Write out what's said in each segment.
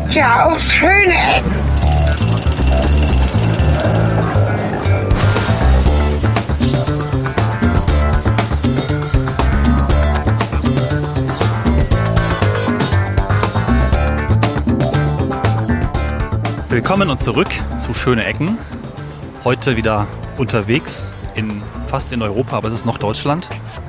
gibt ja auch schöne Ecken. Willkommen und zurück zu Schöne Ecken. Heute wieder unterwegs, fast in Europa, aber es ist noch Deutschland.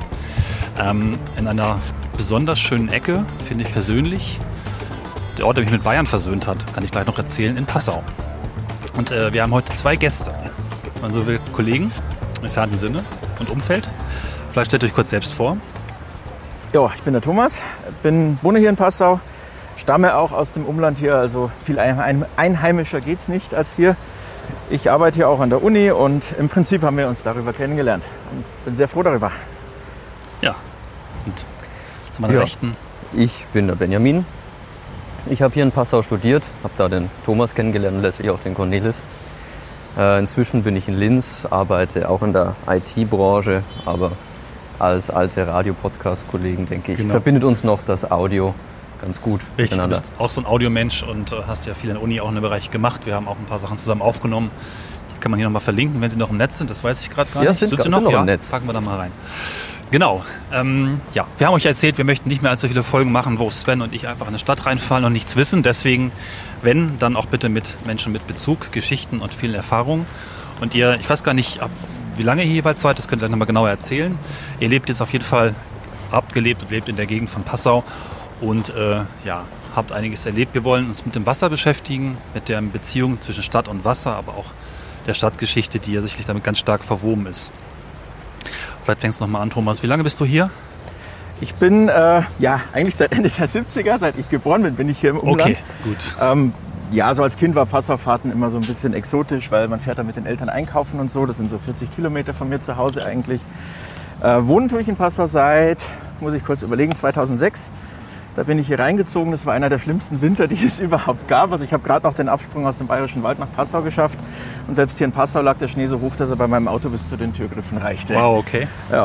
In einer besonders schönen Ecke, finde ich persönlich. Der Ort, der mich mit Bayern versöhnt hat, kann ich gleich noch erzählen, in Passau. Und wir haben heute zwei Gäste, wenn man so will, Kollegen im entfernten Sinne und Umfeld. Vielleicht stellt euch kurz selbst vor. Ja, ich bin der Thomas, wohne hier in Passau, stamme auch aus dem Umland hier, also viel einheimischer geht's nicht als hier. Ich arbeite hier auch an der Uni und im Prinzip haben wir uns darüber kennengelernt und bin sehr froh darüber. Ja, und zu meiner Rechten. Ich bin der Benjamin. Ich habe hier in Passau studiert, habe da den Thomas kennengelernt und letztlich auch den Cornelis. Inzwischen bin ich in Linz, arbeite auch in der IT-Branche, aber als alte Radio-Podcast-Kollegen, denke ich, verbindet uns noch das Audio ganz gut. Richtig, du bist auch so ein Audiomensch und hast ja viel in der Uni auch in dem Bereich gemacht. Wir haben auch ein paar Sachen zusammen aufgenommen. Die kann man hier nochmal verlinken, wenn sie noch im Netz sind. Das weiß ich gerade gar nicht. Sind sie noch im Netz. Packen wir da mal rein. Genau. Wir haben euch erzählt, wir möchten nicht mehr allzu viele Folgen machen, wo Sven und ich einfach in eine Stadt reinfallen und nichts wissen. Deswegen, wenn, dann auch bitte mit Menschen mit Bezug, Geschichten und vielen Erfahrungen. Und ihr, ich weiß gar nicht, wie lange ihr jeweils seid, das könnt ihr nochmal genauer erzählen. Ihr lebt jetzt auf jeden Fall, habt gelebt und lebt in der Gegend von Passau und habt einiges erlebt. Wir wollen uns mit dem Wasser beschäftigen, mit der Beziehung zwischen Stadt und Wasser, aber auch der Stadtgeschichte, die ja sicherlich damit ganz stark verwoben ist. Vielleicht fängst du nochmal an, Thomas. Wie lange bist du hier? Ich bin eigentlich seit Ende der 70er, seit ich geboren bin ich hier im Umland. Okay, gut. So als Kind war Passaufahrten immer so ein bisschen exotisch, weil man fährt da mit den Eltern einkaufen und so. Das sind so 40 Kilometer von mir zu Hause eigentlich. Wohnen tue ich in Passau seit, muss ich kurz überlegen, 2006. Da bin ich hier reingezogen. Das war einer der schlimmsten Winter, die es überhaupt gab. Also ich habe gerade noch den Absprung aus dem Bayerischen Wald nach Passau geschafft. Und selbst hier in Passau lag der Schnee so hoch, dass er bei meinem Auto bis zu den Türgriffen reichte. Wow, okay. Ja.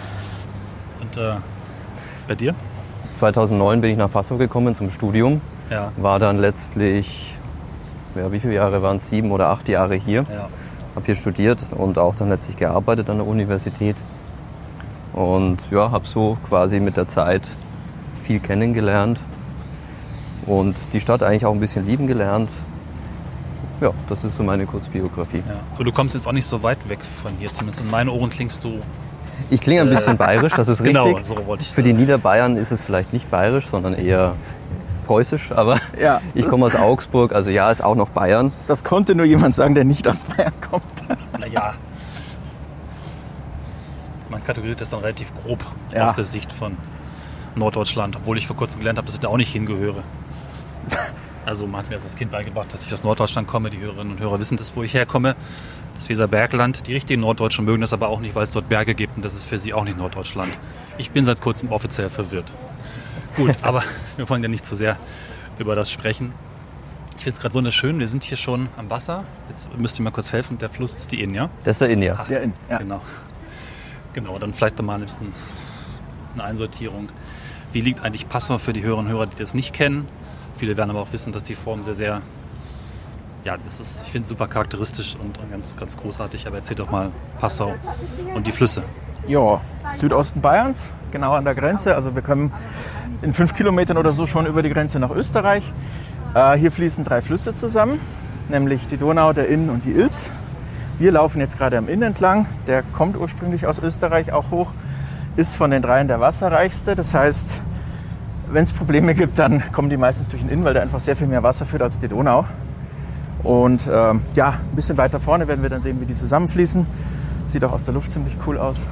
Und bei dir? 2009 bin ich nach Passau gekommen zum Studium. Ja. War dann letztlich, wie viele Jahre waren es? 7 oder 8 Jahre hier. Ja. Habe hier studiert und auch dann letztlich gearbeitet an der Universität. Und habe so quasi mit der Zeit viel kennengelernt und die Stadt eigentlich auch ein bisschen lieben gelernt. Ja, das ist so meine Kurzbiografie. Ja. Aber du kommst jetzt auch nicht so weit weg von hier, zumindest in meinen Ohren klingst du... Ich klinge ein bisschen bayerisch, das ist richtig. Genau, so wollte ich Für die Niederbayern ist es vielleicht nicht bayerisch, sondern eher preußisch, aber ich komme aus Augsburg, also ist auch noch Bayern. Das konnte nur jemand sagen, der nicht aus Bayern kommt. Naja, man kategorisiert das dann relativ grob aus der Sicht von Norddeutschland, obwohl ich vor kurzem gelernt habe, dass ich da auch nicht hingehöre. Also man hat mir als Kind beigebracht, dass ich aus Norddeutschland komme. Die Hörerinnen und Hörer wissen das, wo ich herkomme. Das Weserbergland. Die richtigen Norddeutschen mögen das aber auch nicht, weil es dort Berge gibt und das ist für sie auch nicht Norddeutschland. Ich bin seit kurzem offiziell verwirrt. Gut, aber wir wollen ja nicht zu sehr über das sprechen. Ich finde es gerade wunderschön. Wir sind hier schon am Wasser. Jetzt müsst ihr mal kurz helfen. Der Fluss ist die Inn, ja? Das ist der Inn, ja. Der Inn, ja. Genau, dann vielleicht mal ein bisschen eine Einsortierung. Wie liegt eigentlich Passau für die Hörerinnen und Hörer, die das nicht kennen? Viele werden aber auch wissen, dass die Form sehr, sehr, ich finde es super charakteristisch und ganz, ganz großartig. Aber erzähl doch mal Passau und die Flüsse. Ja, Südosten Bayerns, genau an der Grenze. Also wir kommen in 5 Kilometern oder so schon über die Grenze nach Österreich. Hier fließen 3 Flüsse zusammen, nämlich die Donau, der Inn und die Ilz. Wir laufen jetzt gerade am Inn entlang. Der kommt ursprünglich aus Österreich auch hoch. Ist von den 3 der wasserreichste. Das heißt, wenn es Probleme gibt, dann kommen die meistens durch den Inn, weil der einfach sehr viel mehr Wasser führt als die Donau. Und ein bisschen weiter vorne werden wir dann sehen, wie die zusammenfließen. Sieht auch aus der Luft ziemlich cool aus.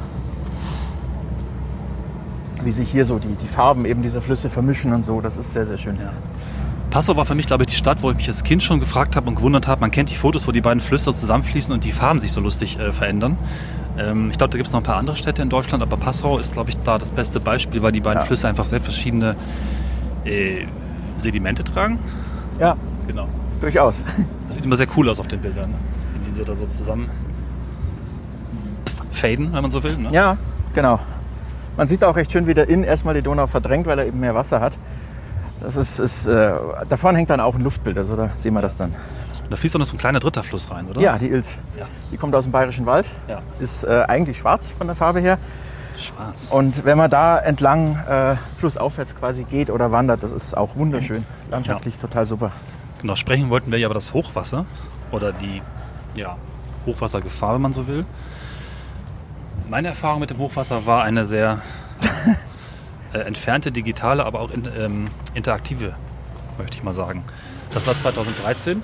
Wie sich hier so die Farben eben dieser Flüsse vermischen und so. Das ist sehr, sehr schön. Ja. Passau war für mich, glaube ich, die Stadt, wo ich mich als Kind schon gefragt habe und gewundert habe. Man kennt die Fotos, wo die beiden Flüsse zusammenfließen und die Farben sich so lustig verändern. Ich glaube, da gibt es noch ein paar andere Städte in Deutschland, aber Passau ist, glaube ich, da das beste Beispiel, weil die beiden Flüsse einfach sehr verschiedene Sedimente tragen. Ja, genau. Durchaus. Das sieht immer sehr cool aus auf den Bildern, wie die so da so zusammen faden, wenn man so will. Ne? Ja, genau. Man sieht auch recht schön, wie der Inn erstmal die Donau verdrängt, weil er eben mehr Wasser hat. Das ist da vorne hängt dann auch ein Luftbild, also da sehen wir das dann. Da fließt auch noch so ein kleiner dritter Fluss rein, oder? Ja, die Ilz. Ja. Die kommt aus dem Bayerischen Wald, Ja. ist eigentlich schwarz von der Farbe her. Schwarz. Und wenn man da entlang flussaufwärts quasi geht oder wandert, das ist auch wunderschön. Landschaftlich total super. Genau, sprechen wollten wir ja über das Hochwasser oder die Hochwassergefahr, wenn man so will. Meine Erfahrung mit dem Hochwasser war eine sehr entfernte, digitale, aber auch interaktive, möchte ich mal sagen. Das war 2013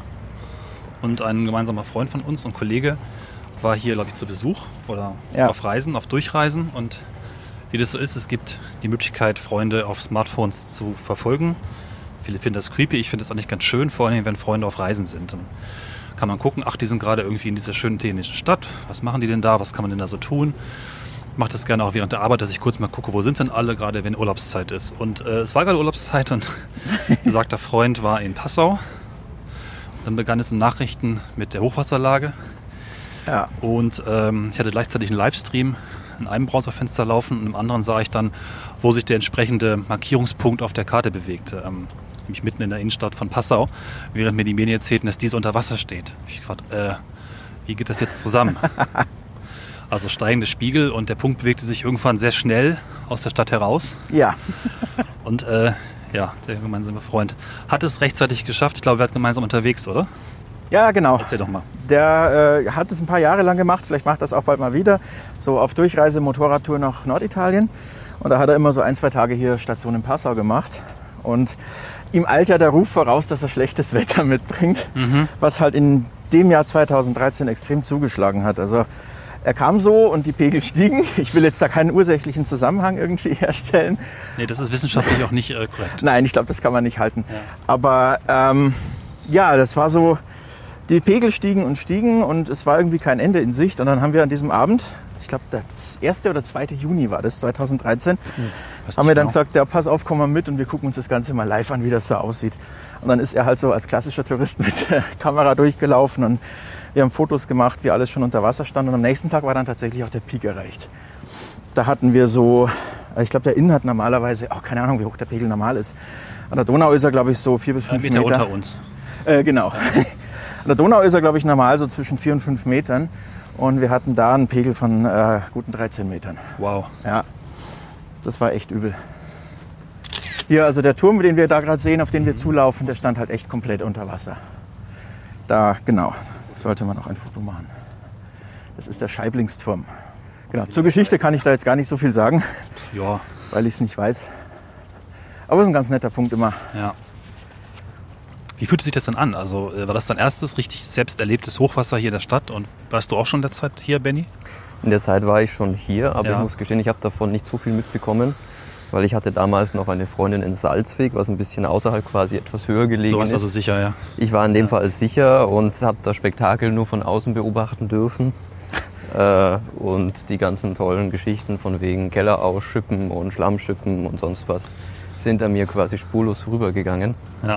und ein gemeinsamer Freund von uns und Kollege war hier, glaube ich, zu Besuch oder auf Reisen, auf Durchreisen. Und wie das so ist, es gibt die Möglichkeit, Freunde auf Smartphones zu verfolgen. Viele finden das creepy, ich finde das eigentlich ganz schön, vor allem wenn Freunde auf Reisen sind. Dann kann man gucken, ach, die sind gerade irgendwie in dieser schönen italienischen Stadt. Was machen die denn da? Was kann man denn da so tun? Ich mache das gerne auch während der Arbeit, dass ich kurz mal gucke, wo sind denn alle, gerade wenn Urlaubszeit ist. Und es war gerade Urlaubszeit und besagter Freund war in Passau. Dann begann es in Nachrichten mit der Hochwasserlage. Ja. Und ich hatte gleichzeitig einen Livestream in einem Browserfenster laufen und im anderen sah ich dann, wo sich der entsprechende Markierungspunkt auf der Karte bewegte. Nämlich mitten in der Innenstadt von Passau, während mir die Medien erzählten, dass diese unter Wasser steht. Ich fragte, wie geht das jetzt zusammen? Also steigende Spiegel und der Punkt bewegte sich irgendwann sehr schnell aus der Stadt heraus. Ja. Und der gemeinsame Freund hat es rechtzeitig geschafft. Ich glaube, wir waren gemeinsam unterwegs, oder? Ja, genau. Erzähl doch mal. Der hat es ein paar Jahre lang gemacht, vielleicht macht das auch bald mal wieder, so auf Durchreise, Motorradtour nach Norditalien. Und da hat er immer so 1-2 Tage hier Station in Passau gemacht. Und ihm eilt ja der Ruf voraus, dass er schlechtes Wetter mitbringt, was halt in dem Jahr 2013 extrem zugeschlagen hat. Also er kam so und die Pegel stiegen. Ich will jetzt da keinen ursächlichen Zusammenhang irgendwie herstellen. Nee, das ist wissenschaftlich auch nicht korrekt. Nein, ich glaube, das kann man nicht halten. Ja. Aber das war so, die Pegel stiegen und es war irgendwie kein Ende in Sicht. Und dann haben wir an diesem Abend, ich glaube, der 1. oder 2. Juni war das, 2013, haben wir dann gesagt, ja, pass auf, komm mal mit und wir gucken uns das Ganze mal live an, wie das so aussieht. Und dann ist er halt so als klassischer Tourist mit der Kamera durchgelaufen und wir haben Fotos gemacht, wie alles schon unter Wasser stand. Und am nächsten Tag war dann tatsächlich auch der Peak erreicht. Da hatten wir so, ich glaube, der Inn hat normalerweise, keine Ahnung, wie hoch der Pegel normal ist. An der Donau ist er, glaube ich, so 4 bis 5 Meter. Unter uns. Genau. An der Donau ist er, glaube ich, normal so zwischen 4 und 5 Metern. Und wir hatten da einen Pegel von guten 13 Metern. Wow. Ja, das war echt übel. Hier, also der Turm, den wir da gerade sehen, auf den wir zulaufen, der stand halt echt komplett unter Wasser. Da, genau, sollte man auch ein Foto machen. Das ist der Scheiblingsturm. Genau. Zur Geschichte kann ich da jetzt gar nicht so viel sagen, Ja. weil ich es nicht weiß. Aber es ist ein ganz netter Punkt immer. Ja. Wie fühlte sich das denn an? Also war das dein erstes richtig selbst erlebtes Hochwasser hier in der Stadt? Und warst du auch schon in der Zeit hier, Benni? In der Zeit war ich schon hier, aber Ja. ich muss gestehen, ich habe davon nicht so viel mitbekommen, weil ich hatte damals noch eine Freundin in Salzweg, was ein bisschen außerhalb quasi etwas höher gelegen Du warst ist. also sicher, ja. Ich war in dem Fall sicher und habe das Spektakel nur von außen beobachten dürfen. Und die ganzen tollen Geschichten von wegen Keller ausschippen und Schlammschippen und sonst was sind an mir quasi spurlos vorübergegangen. Ja.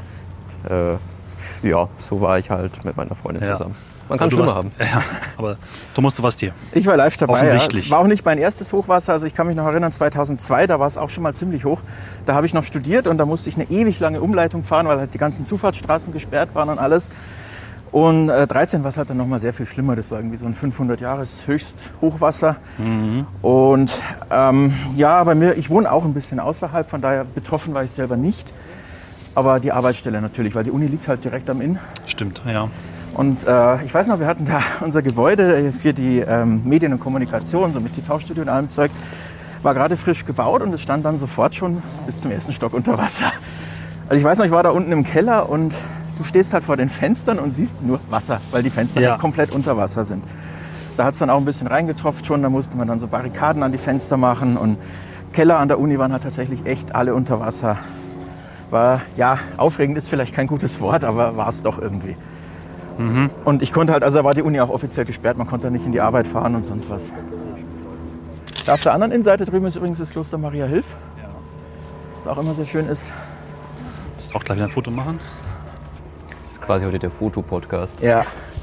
So war ich halt mit meiner Freundin Ja. zusammen. Man kann Aber schlimmer warst, haben. Ja, aber Thomas, du warst hier. Ich war live dabei. Offensichtlich. Ja. Es war auch nicht mein erstes Hochwasser. Also ich kann mich noch erinnern, 2002, da war es auch schon mal ziemlich hoch. Da habe ich noch studiert und da musste ich eine ewig lange Umleitung fahren, weil halt die ganzen Zufahrtsstraßen gesperrt waren und alles. Und 13 war es halt dann nochmal sehr viel schlimmer. Das war irgendwie so ein 500-Jahres-Höchst-Hochwasser. Und bei mir, ich wohne auch ein bisschen außerhalb, von daher betroffen war ich selber nicht. Aber die Arbeitsstelle natürlich, weil die Uni liegt halt direkt am Inn. Stimmt, ja. Und ich weiß noch, wir hatten da unser Gebäude für die Medien und Kommunikation, so mit TV-Studio und allem Zeug, war gerade frisch gebaut und es stand dann sofort schon bis zum ersten Stock unter Wasser. Also ich weiß noch, ich war da unten im Keller und du stehst halt vor den Fenstern und siehst nur Wasser, weil die Fenster halt komplett unter Wasser sind. Da hat es dann auch ein bisschen reingetropft schon, da musste man dann so Barrikaden an die Fenster machen und Keller an der Uni waren halt tatsächlich echt alle unter Wasser. War, aufregend ist vielleicht kein gutes Wort, aber war es doch irgendwie. Und ich konnte halt, also da war die Uni auch offiziell gesperrt, man konnte nicht in die Arbeit fahren und sonst was. Da auf der anderen Innenseite drüben ist übrigens das Kloster Maria Hilf, was auch immer sehr schön ist. Willst du auch gleich wieder ein Foto machen? Das ist quasi heute der Fotopodcast. Ja,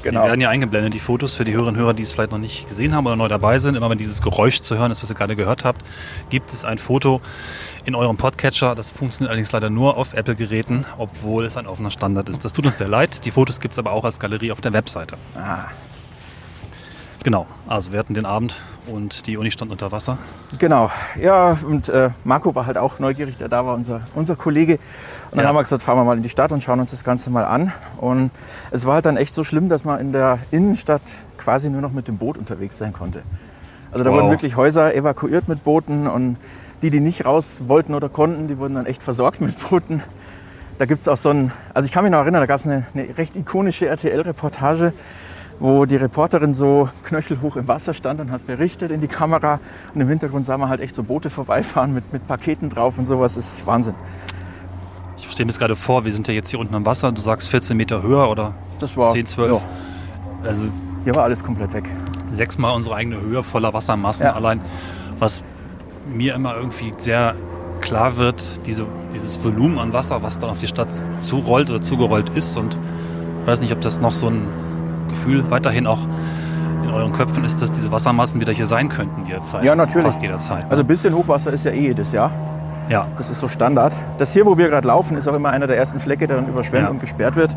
Genau. Die werden ja eingeblendet, die Fotos für die Hörerinnen und Hörer, die es vielleicht noch nicht gesehen haben oder neu dabei sind. Immer wenn dieses Geräusch zu hören ist, was ihr gerade gehört habt, gibt es ein Foto in eurem Podcatcher. Das funktioniert allerdings leider nur auf Apple-Geräten, obwohl es ein offener Standard ist. Das tut uns sehr leid. Die Fotos gibt es aber auch als Galerie auf der Webseite. Ah. Genau, also wir hatten den Abend und die Uni stand unter Wasser. Genau, ja, und Marco war halt auch neugierig, der da war, unser Kollege. Und dann haben wir gesagt, fahren wir mal in die Stadt und schauen uns das Ganze mal an. Und es war halt dann echt so schlimm, dass man in der Innenstadt quasi nur noch mit dem Boot unterwegs sein konnte. Also da wurden wirklich Häuser evakuiert mit Booten und die nicht raus wollten oder konnten, die wurden dann echt versorgt mit Booten. Da gibt es auch also ich kann mich noch erinnern, da gab es eine recht ikonische RTL-Reportage, wo die Reporterin so knöchelhoch im Wasser stand und hat berichtet in die Kamera. Und im Hintergrund sah man halt echt so Boote vorbeifahren mit Paketen drauf und sowas. Das ist Wahnsinn. Ich stelle mir das gerade vor, wir sind ja jetzt hier unten am Wasser. Du sagst 14 Meter höher oder das war, 10, 12. Ja. Also hier war alles komplett weg. 6-mal unsere eigene Höhe voller Wassermassen. Ja. Allein, was mir immer irgendwie sehr klar wird, dieses Volumen an Wasser, was dann auf die Stadt zurollt oder zugerollt ist. Und ich weiß nicht, ob das noch so ein Gefühl weiterhin auch in euren Köpfen ist, dass diese Wassermassen wieder hier sein könnten jederzeit. Ja, natürlich. Fast jederzeit. Also ein bisschen Hochwasser ist ja jedes Jahr. Ja. Das ist so Standard. Das hier, wo wir gerade laufen, ist auch immer einer der ersten Flecke, der dann überschwemmt und gesperrt wird.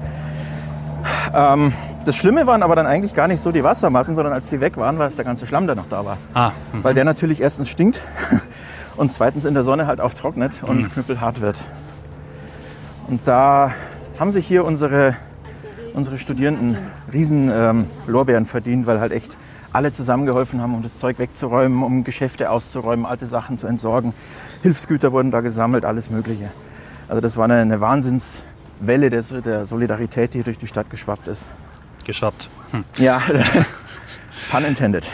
Das Schlimme waren aber dann eigentlich gar nicht so die Wassermassen, sondern als die weg waren, war es der ganze Schlamm, der noch da war. Weil der natürlich erstens stinkt und zweitens in der Sonne halt auch trocknet und knüppelhart wird. Und da haben sich hier unsere Studierenden riesen Lorbeeren verdient, weil halt echt alle zusammengeholfen haben, um das Zeug wegzuräumen, um Geschäfte auszuräumen, alte Sachen zu entsorgen. Hilfsgüter wurden da gesammelt, alles Mögliche. Also das war eine Wahnsinnswelle der Solidarität, die hier durch die Stadt geschwappt ist. Geschwappt. Ja, pun intended.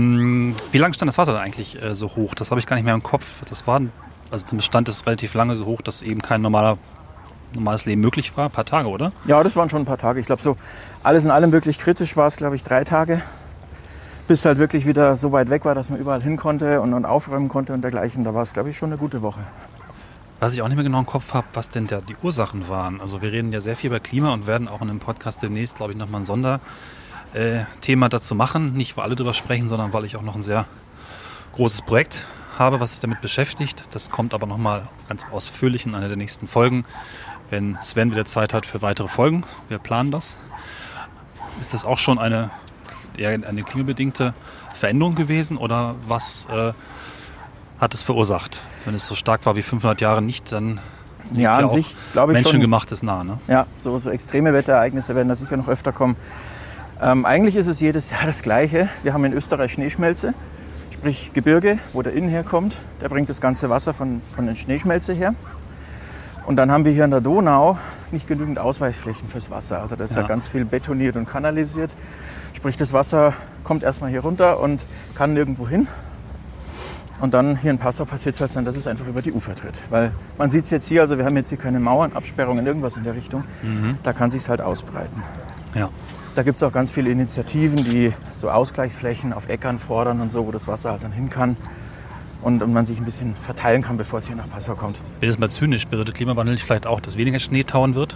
Wie lange stand das Wasser denn eigentlich so hoch? Das habe ich gar nicht mehr im Kopf. Zum Stand ist relativ lange so hoch, dass eben kein normales Leben möglich war. Ein paar Tage, oder? Ja, das waren schon ein paar Tage. Ich glaube, so alles in allem wirklich kritisch war es, glaube ich, 3 Tage. Bis halt wirklich wieder so weit weg war, dass man überall hin konnte und aufräumen konnte und dergleichen. Da war es, glaube ich, schon eine gute Woche. Was ich auch nicht mehr genau im Kopf habe, was denn die Ursachen waren. Also wir reden ja sehr viel über Klima und werden auch in einem Podcast demnächst, glaube ich, nochmal ein Sonderthema dazu machen. Nicht, weil alle drüber sprechen, sondern weil ich auch noch ein sehr großes Projekt habe, was sich damit beschäftigt. Das kommt aber nochmal ganz ausführlich in einer der nächsten Folgen, wenn Sven wieder Zeit hat für weitere Folgen. Wir planen das. Ist das auch schon eine klimabedingte Veränderung gewesen oder was hat es verursacht? Wenn es so stark war wie 500 Jahre nicht, dann ja, an sich glaube ich schon. Menschengemachtes nah, ne? Ja, so extreme Wetterereignisse werden da sicher noch öfter kommen. Eigentlich ist es jedes Jahr das Gleiche. Wir haben in Österreich Schneeschmelze, sprich Gebirge, wo der Inn herkommt. Der bringt das ganze Wasser von der Schneeschmelze her. Und dann haben wir hier in der Donau nicht genügend Ausweichflächen fürs Wasser. Also da ist ja ganz viel betoniert und kanalisiert. Sprich, das Wasser kommt erstmal hier runter und kann nirgendwo hin. Und dann hier in Passau passiert es halt dann, dass es einfach über die Ufer tritt. Weil man sieht es jetzt hier, also wir haben jetzt hier keine Mauern, Absperrungen, irgendwas in der Richtung. Da kann es sich halt ausbreiten. Ja. Da gibt es auch ganz viele Initiativen, die so Ausgleichsflächen auf Äckern fordern und so, wo das Wasser halt dann hin kann. Und man sich ein bisschen verteilen kann, bevor es hier nach Passau kommt. Wenn es mal zynisch bedeutet Klimawandel nicht vielleicht auch, dass weniger Schnee tauen wird?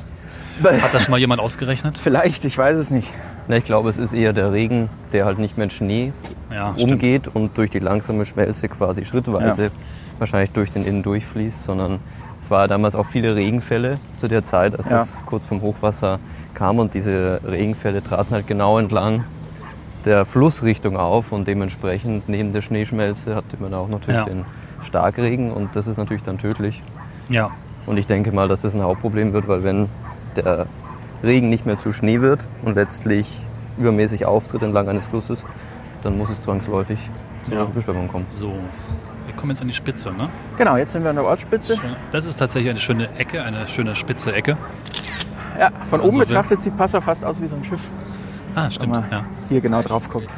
Hat das schon mal jemand ausgerechnet? Vielleicht, ich weiß es nicht. Ich glaube, es ist eher der Regen, der halt nicht mehr in Schnee umgeht und durch die langsame Schmelze quasi schrittweise wahrscheinlich durch den Innen durchfließt, sondern es war damals auch viele Regenfälle zu der Zeit, als es kurz vom Hochwasser kam und diese Regenfälle traten halt genau entlang der Flussrichtung auf und dementsprechend neben der Schneeschmelze hatte man auch natürlich den Starkregen und das ist natürlich dann tödlich. Ja. Und ich denke mal, dass das ein Hauptproblem wird, weil wenn der Regen nicht mehr zu Schnee wird und letztlich übermäßig auftritt entlang eines Flusses, dann muss es zwangsläufig zur Überschwemmung kommen. So, wir kommen jetzt an die Spitze, ne? Genau, jetzt sind wir an der Ortsspitze. Das ist tatsächlich eine schöne Ecke, eine schöne spitze Ecke. Ja, von oben betrachtet sieht Passau fast aus wie so ein Schiff. Ah, stimmt, wenn man hier genau drauf guckt.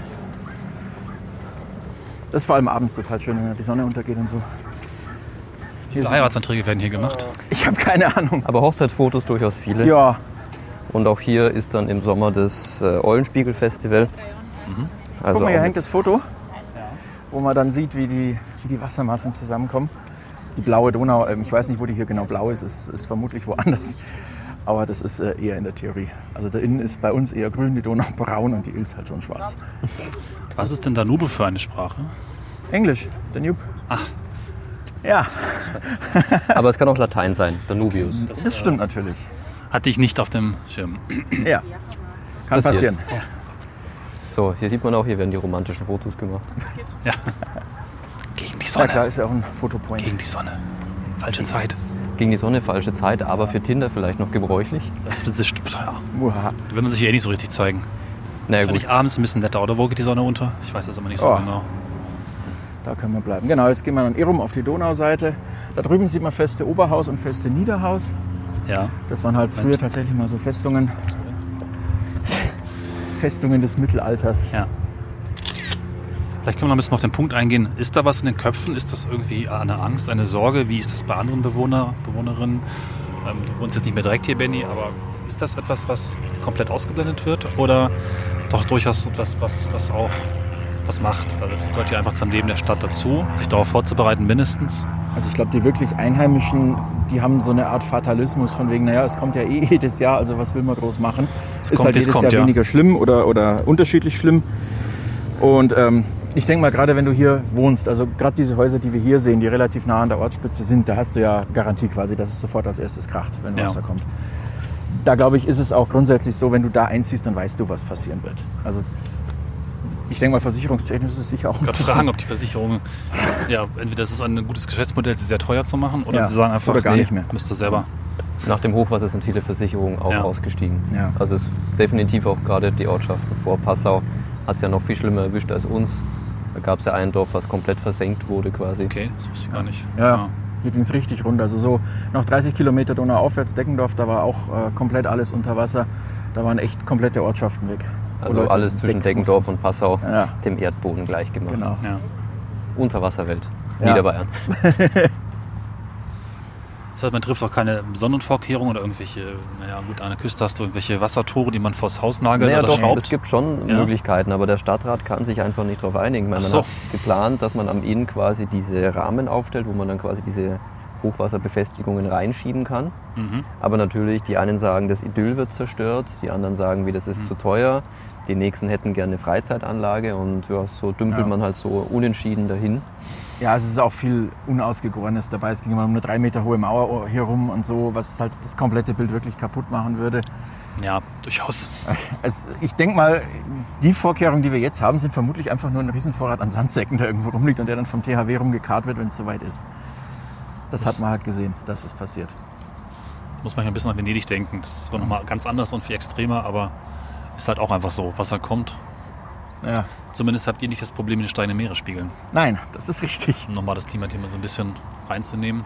Das ist vor allem abends total schön, wenn die Sonne untergeht und so. Wie viele Heiratsanträge werden hier gemacht? Ich habe keine Ahnung. Aber Hochzeitsfotos durchaus viele. Ja. Und auch hier ist dann im Sommer das Eulenspiegel-Festival. Also guck mal, hier hängt das Foto, wo man dann sieht, wie die Wassermassen zusammenkommen. Die blaue Donau, ich weiß nicht, wo die hier genau blau ist, ist vermutlich woanders. Aber das ist eher in der Theorie. Also der Inn ist bei uns eher grün, die Donau braun und die Ilz halt schon schwarz. Was ist denn Danube für eine Sprache? Englisch, Danube. Ach. Ja, Aber es kann auch Latein sein, Danubius. das stimmt natürlich. Hatte ich nicht auf dem Schirm. Ja, kann Passiert. passieren. So, hier sieht man auch, hier werden die romantischen Fotos gemacht. Ja. Gegen die Ja Sonne. klar, ist ja auch ein Fotopoint. Gegen die Sonne. Falsche Zeit. Gegen die Sonne, falsche Zeit, aber für Tinder vielleicht noch gebräuchlich. Das stimmt. Ja. Uha. Die werden sich eh nicht so richtig zeigen. Naja gut, Wahrscheinlich abends ein bisschen netter. Oder wo geht die Sonne unter? Ich weiß das immer nicht so Oh. genau. Da können wir bleiben. Genau, jetzt gehen wir dann rum auf die Donauseite. Da drüben sieht man Feste Oberhaus und Feste Niederhaus. Ja. Das waren halt früher tatsächlich mal so Festungen. Festungen des Mittelalters. Ja. Vielleicht können wir noch ein bisschen auf den Punkt eingehen. Ist da was in den Köpfen? Ist das irgendwie eine Angst, eine Sorge? Wie ist das bei anderen Bewohnerinnen? Du wohnst jetzt nicht mehr direkt hier, Benni, aber ist das etwas, was komplett ausgeblendet wird? Oder doch durchaus etwas, was auch was macht? Weil es gehört ja einfach zum Leben der Stadt dazu, sich darauf vorzubereiten mindestens. Also ich glaube, die wirklich Einheimischen, die haben so eine Art Fatalismus von wegen, naja, es kommt ja eh jedes Jahr, also was will man groß machen? Es ist kommt, halt wie es jedes kommt, Jahr ja. weniger schlimm oder unterschiedlich schlimm. Und ich denke mal, gerade wenn du hier wohnst, also gerade diese Häuser, die wir hier sehen, die relativ nah an der Ortsspitze sind, da hast du ja Garantie quasi, dass es sofort als erstes kracht, wenn Ja. Wasser kommt. Da glaube ich, ist es auch grundsätzlich so, wenn du da einziehst, dann weißt du, was passieren wird. Also ich denke mal, versicherungstechnisch ist es sicher auch. Ich wollte fragen, ob die Versicherung, ja, entweder ist es ein gutes Geschäftsmodell, sie sehr teuer zu machen, oder Ja, sie sagen einfach, oder gar nicht mehr. müsst ihr selber. nach dem Hochwasser sind viele Versicherungen auch Ja. ausgestiegen. Ja. Also es ist definitiv auch gerade die Ortschaften vor Passau hat es ja noch viel schlimmer erwischt als uns. Da gab es ja ein Dorf, was komplett versenkt wurde quasi. Okay, das wusste ich gar nicht. Ja, hier ging es richtig runter. Also so noch 30 Kilometer Donauaufwärts, Deckendorf, da war auch komplett alles unter Wasser. Da waren echt komplette Ortschaften weg. Wo Also Leute alles zwischen weg Deckendorf und Passau Ja. dem Erdboden gleich gemacht. mussten. Genau. Ja. Unterwasserwelt, Ja. Niederbayern. Das heißt, man trifft auch keine Sonnenvorkehrungen oder irgendwelche, naja gut, an der Küste hast du irgendwelche Wassertore, die man vors Haus nagelt Naja, oder doch, schraubt. es gibt schon Ja. Möglichkeiten, aber der Stadtrat kann sich einfach nicht darauf einigen. Ich meine, Ach man so. hat geplant, dass man am Inn quasi diese Rahmen aufstellt, wo man dann quasi diese Hochwasserbefestigungen reinschieben kann. Mhm. Aber natürlich, die einen sagen, das Idyll wird zerstört, die anderen sagen, wie das ist zu teuer. Die nächsten hätten gerne eine Freizeitanlage und ja, so dümpelt Ja. man halt so unentschieden dahin. Ja, es ist auch viel Unausgegorenes dabei. Es ging immer um eine 3 Meter hohe Mauer hier rum und so, was halt das komplette Bild wirklich kaputt machen würde. Ja, durchaus. Also ich denke mal, die Vorkehrungen, die wir jetzt haben, sind vermutlich einfach nur ein Riesenvorrat an Sandsäcken, der irgendwo rumliegt und der dann vom THW rumgekarrt wird, wenn es soweit ist. Das hat man halt gesehen, dass es passiert. Muss man ein bisschen an Venedig denken. Das ist zwar nochmal ganz anders und viel extremer, aber ist halt auch einfach so. Wasser kommt. Ja. Zumindest habt ihr nicht das Problem mit den steigenden Meeresspiegeln. Nein, das ist richtig. Um nochmal das Klimathema so ein bisschen reinzunehmen.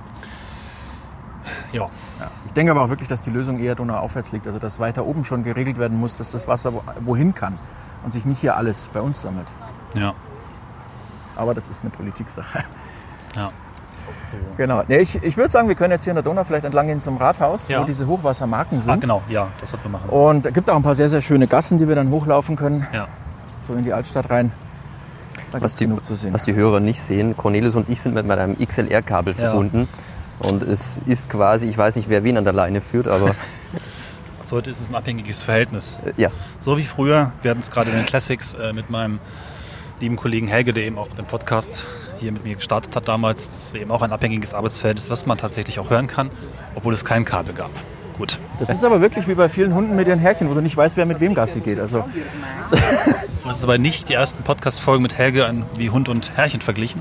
Ja, Ja. Ich denke aber auch wirklich, dass die Lösung eher donauaufwärts liegt. Also dass weiter oben schon geregelt werden muss, dass das Wasser wohin kann und sich nicht hier alles bei uns sammelt. ja, Aber das ist eine Politiksache. ja. Genau. Nee, ich würde sagen, wir können jetzt hier in der Donau vielleicht entlang gehen zum Rathaus, Ja. wo diese Hochwassermarken sind. Ah, genau, ja, das sollten wir machen. Und es gibt auch ein paar sehr, sehr schöne Gassen, die wir dann hochlaufen können, Ja. so in die Altstadt rein. Da Was gibt's die, genug zu sehen. was die Hörer nicht sehen, Cornelis und ich sind mit einem XLR-Kabel Ja. verbunden. Und es ist quasi, ich weiß nicht, wer wen an der Leine führt, aber Also heute ist es ein abhängiges Verhältnis. ja. So wie früher, wir hatten es gerade in den Classics mit meinem lieben Kollegen Helge, der eben auch den Podcast hier mit mir gestartet hat damals. Das war eben auch ein abhängiges Arbeitsverhältnis, was man tatsächlich auch hören kann, obwohl es kein Kabel gab. Gut. Das ist aber wirklich wie bei vielen Hunden mit ihren Härchen, wo du nicht weißt, wer mit wem Gassi geht. Also Das ist aber nicht die ersten Podcast-Folgen mit Helge wie Hund und Herrchen verglichen.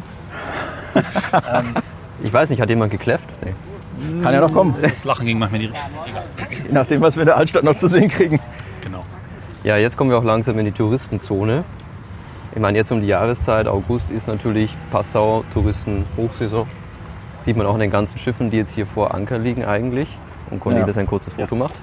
Ich weiß nicht, hat jemand gekläfft? Nee. kann ja noch kommen, Das Lachen ging manchmal nie. Egal. je nachdem, was wir in der Altstadt noch zu sehen kriegen. Genau. Ja, jetzt kommen wir auch langsam in die Touristenzone. Ich meine, jetzt um die Jahreszeit, August ist natürlich Passau, Touristen-Hochsaison. Sieht man auch an den ganzen Schiffen, die jetzt hier vor Anker liegen eigentlich. Und Cornelis Ja. ein kurzes Foto macht.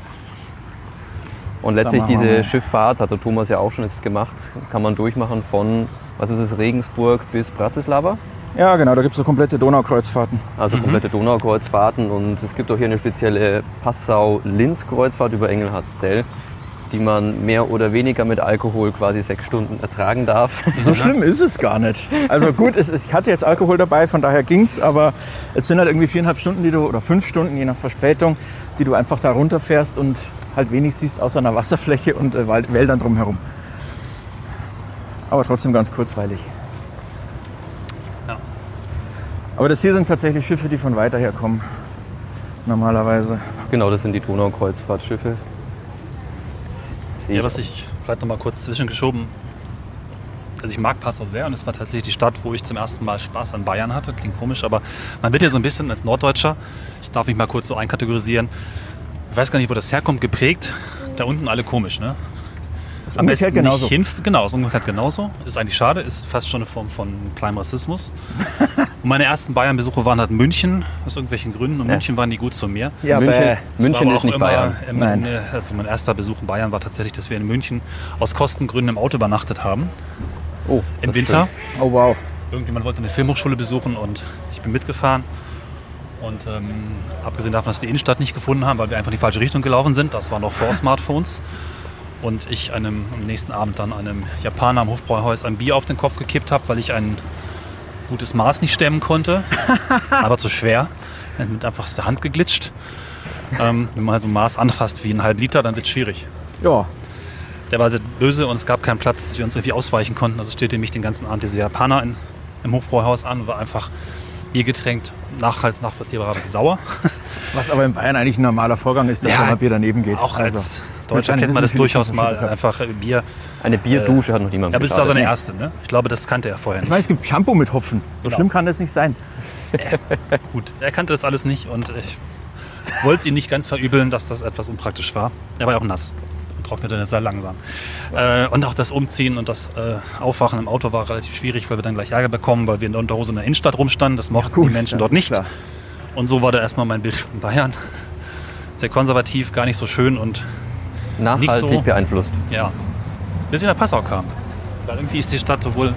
Und letztlich machen wir diese mal. Schifffahrt, hat der Thomas ja auch schon jetzt gemacht, kann man durchmachen von, was ist es, Regensburg bis Bratislava. Ja, genau, da gibt es so komplette Donaukreuzfahrten. Also komplette Donaukreuzfahrten und es gibt auch hier eine spezielle Passau-Linz-Kreuzfahrt über Engelhartszell. die man mehr oder weniger mit Alkohol quasi 6 Stunden ertragen darf. So schlimm ist es gar nicht. Also gut, ich hatte jetzt Alkohol dabei, von daher ging's, aber es sind halt irgendwie 4,5 Stunden, oder 5 Stunden, je nach Verspätung, die du einfach da runterfährst und halt wenig siehst außer einer Wasserfläche und Wäldern drumherum. Aber trotzdem ganz kurzweilig. Ja. Aber das hier sind tatsächlich Schiffe, die von weiter her kommen. Normalerweise. Genau, das sind die Donaukreuzfahrtschiffe. Ja, was ich vielleicht noch mal kurz zwischengeschoben. Also ich mag Passau sehr und es war tatsächlich die Stadt, wo ich zum ersten Mal Spaß an Bayern hatte. Klingt komisch, aber man wird ja so ein bisschen als Norddeutscher, ich darf mich mal kurz so einkategorisieren, ich weiß gar nicht, wo das herkommt, geprägt. Da unten alle komisch, ne? Das ist umgekehrt genauso. Genau, ist umgekehrt genauso. Ist eigentlich schade, ist fast schon eine Form von kleinem Rassismus. Und meine ersten Bayern-Besuche waren halt in München, aus irgendwelchen Gründen. Und München waren die gut zu mir. Ja, München ist nicht Bayern. Also mein erster Besuch in Bayern war tatsächlich, dass wir in München aus Kostengründen im Auto übernachtet haben. Oh, im Winter. Schön. Oh wow. Irgendjemand wollte eine Filmhochschule besuchen und ich bin mitgefahren. Und abgesehen davon, dass wir die Innenstadt nicht gefunden haben, weil wir einfach in die falsche Richtung gelaufen sind, das war noch vor Smartphones. Und ich am nächsten Abend dann einem Japaner am Hofbräuhaus ein Bier auf den Kopf gekippt habe, weil ich ein gutes Maß nicht stemmen konnte. Aber zu schwer. Mit einfach aus der Hand geglitscht. Wenn man halt so ein Maß anfasst wie einen halben Liter, dann wird es schwierig. Ja. Der war sehr böse und es gab keinen Platz, dass wir uns irgendwie ausweichen konnten. Also steht mich den ganzen Abend dieser Japaner im Hofbräuhaus an und war einfach Bier getränkt, nachvollziehbarerweise sauer. Was aber in Bayern eigentlich ein normaler Vorgang ist, dass man Bier daneben geht. Auch als Deutscher kennt man das durchaus mal, einfach Bier. Eine Bierdusche hat noch niemand. Ja, bist du also der Erste, ne? Ich glaube, das kannte er vorher nicht. Ich weiß, es gibt Shampoo mit Hopfen. So schlimm kann das nicht sein. Gut, er kannte das alles nicht und ich wollte es ihm nicht ganz verübeln, dass das etwas unpraktisch war. Er war ja auch nass und trocknete dann sehr langsam. Und auch das Umziehen und das Aufwachen im Auto war relativ schwierig, weil wir dann gleich Ärger bekommen, weil wir in der Unterhose in der Innenstadt rumstanden. Das mochten die Menschen dort nicht. Klar. Und so war da erstmal mein Bild von Bayern. Sehr konservativ, gar nicht so schön und nachhaltig nicht so beeinflusst. Ja, bis ich nach Passau kam. Weil irgendwie ist die Stadt sowohl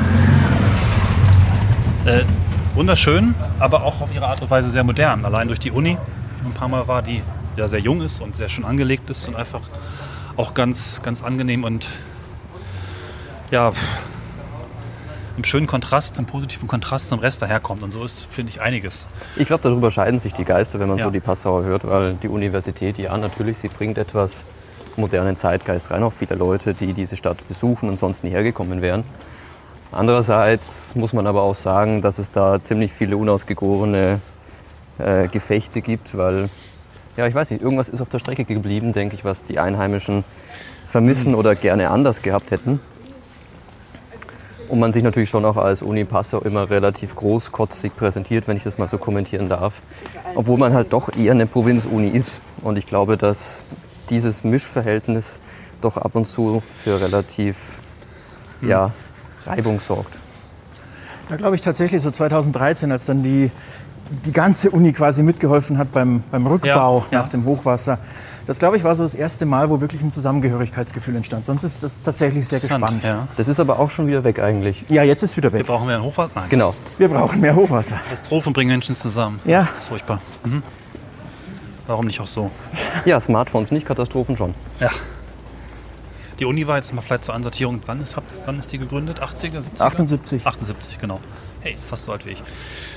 wunderschön, aber auch auf ihre Art und Weise sehr modern. Allein durch die Uni ein paar Mal war, die ja sehr jung ist und sehr schön angelegt ist und einfach auch ganz, ganz angenehm und ja, im schönen Kontrast, im positiven Kontrast zum Rest daherkommt. Und so ist, finde ich, einiges. Ich glaube, darüber scheiden sich die Geister, wenn man so die Passauer hört, weil die Universität, ja natürlich, sie bringt etwas modernen Zeitgeist rein, auch viele Leute, die diese Stadt besuchen und sonst nie hergekommen wären. Andererseits muss man aber auch sagen, dass es da ziemlich viele unausgegorene Gefechte gibt, weil, ja, ich weiß nicht, irgendwas ist auf der Strecke geblieben, denke ich, was die Einheimischen vermissen oder gerne anders gehabt hätten. Und man sich natürlich schon auch als Uni Passau immer relativ großkotzig präsentiert, wenn ich das mal so kommentieren darf. Obwohl man halt doch eher eine Provinz-Uni ist. Und ich glaube, dass dieses Mischverhältnis doch ab und zu für relativ Reibung sorgt. Da glaube ich tatsächlich so 2013, als dann die ganze Uni quasi mitgeholfen hat beim Rückbau nach dem Hochwasser. Das, glaube ich, war so das erste Mal, wo wirklich ein Zusammengehörigkeitsgefühl entstand. Sonst ist das tatsächlich sehr gespannt. Ja. Das ist aber auch schon wieder weg eigentlich. Ja, jetzt ist es wieder weg. Wir brauchen mehr Hochwasser? Nein. Genau. Wir brauchen mehr Hochwasser. Katastrophen bringen Menschen zusammen. Ja. Das ist furchtbar. Mhm. Warum nicht auch so? Ja, Smartphones nicht, Katastrophen schon. Ja. Die Uni war jetzt mal vielleicht zur Ansortierung. Wann ist die gegründet? 80er, 70er? 78. 78, genau. Hey, ist fast so alt wie ich.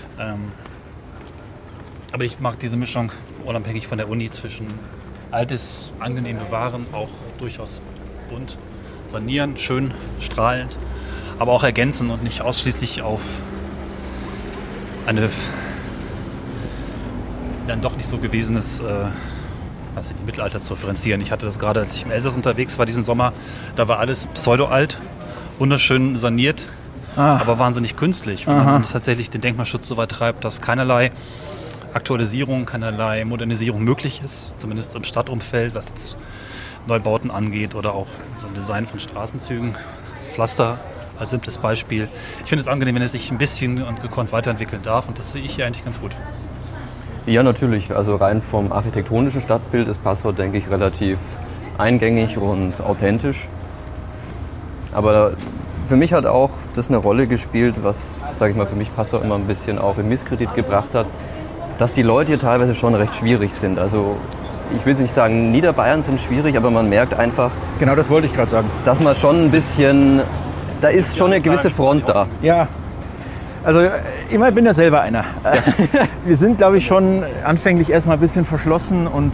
Aber ich mag diese Mischung, unabhängig von der Uni, zwischen altes, angenehm bewahren, auch durchaus bunt, sanieren, schön, strahlend, aber auch ergänzen und nicht ausschließlich auf eine dann doch nicht so gewesenes Mittelalter zu differenzieren. Ich hatte das gerade, als ich im Elsass unterwegs war diesen Sommer, da war alles pseudo-alt, wunderschön saniert, aber wahnsinnig künstlich, weil man tatsächlich den Denkmalschutz so weit treibt, dass keinerlei Aktualisierung, keinerlei Modernisierung möglich ist, zumindest im Stadtumfeld, was jetzt Neubauten angeht oder auch so ein Design von Straßenzügen, Pflaster als simples Beispiel. Ich finde es angenehm, wenn es sich ein bisschen und gekonnt weiterentwickeln darf und das sehe ich hier eigentlich ganz gut. Ja, natürlich. Also rein vom architektonischen Stadtbild ist Passau, denke ich, relativ eingängig und authentisch. Aber für mich hat auch das eine Rolle gespielt, was, sage ich mal, für mich Passau immer ein bisschen auch in Misskredit gebracht hat, dass die Leute hier teilweise schon recht schwierig sind. Also ich will nicht sagen, Niederbayern sind schwierig, aber man merkt einfach, Genau, das wollte ich gerade sagen. dass man schon ein bisschen, da ist schon eine gewisse Front da. Ja, also ich bin ja selber einer. Wir sind, glaube ich, schon anfänglich erstmal ein bisschen verschlossen und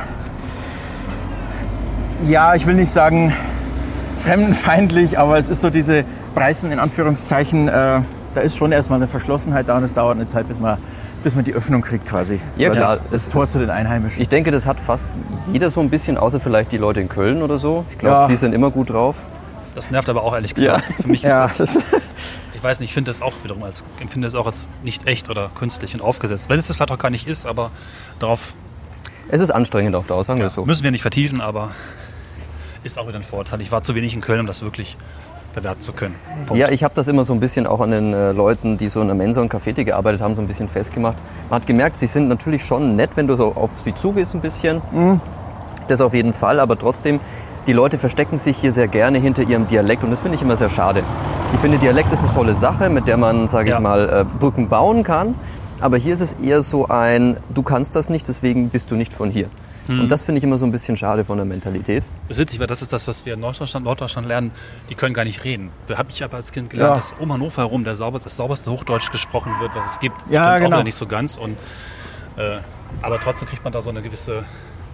ja, ich will nicht sagen fremdenfeindlich, aber es ist so diese Preisen in Anführungszeichen, da ist schon erstmal eine Verschlossenheit da und es dauert eine Zeit, bis man die Öffnung kriegt quasi. Ja, Oder klar. Das Tor zu den Einheimischen. Ich denke, das hat fast jeder so ein bisschen, außer vielleicht die Leute in Köln oder so. Ich glaube, Ja. die sind immer gut drauf. Das nervt aber auch ehrlich gesagt. Für mich ist Ja, das, ich weiß nicht, ich finde das auch wiederum empfinde das auch als nicht echt oder künstlich und aufgesetzt. Wenn es das vielleicht auch gar nicht ist, aber darauf Es ist anstrengend auf Dauer, sagen wir so. müssen wir nicht vertiefen, aber ist auch wieder ein Vorteil. Ich war zu wenig in Köln, um das wirklich bewerten zu können. Punkt. Ja, ich habe das immer so ein bisschen auch an den Leuten, die so in der Mensa und Cafete gearbeitet haben, so ein bisschen festgemacht. Man hat gemerkt, sie sind natürlich schon nett, wenn du so auf sie zugehst ein bisschen. Das auf jeden Fall, aber trotzdem, die Leute verstecken sich hier sehr gerne hinter ihrem Dialekt und das finde ich immer sehr schade. Ich finde, Dialekt ist eine tolle Sache, mit der man, sage ich Ja. mal, Brücken bauen kann. Aber hier ist es eher so ein, du kannst das nicht, deswegen bist du nicht von hier. Und das finde ich immer so ein bisschen schade von der Mentalität. Das ist witzig, weil das ist das, was wir in Norddeutschland lernen. Die können gar nicht reden. Da habe ich aber als Kind gelernt, Ja. dass um Hannover herum das sauberste Hochdeutsch gesprochen wird, was es gibt. Ja, Stimmt auch genau. wieder nicht so ganz. Und, aber trotzdem kriegt man da so eine gewisse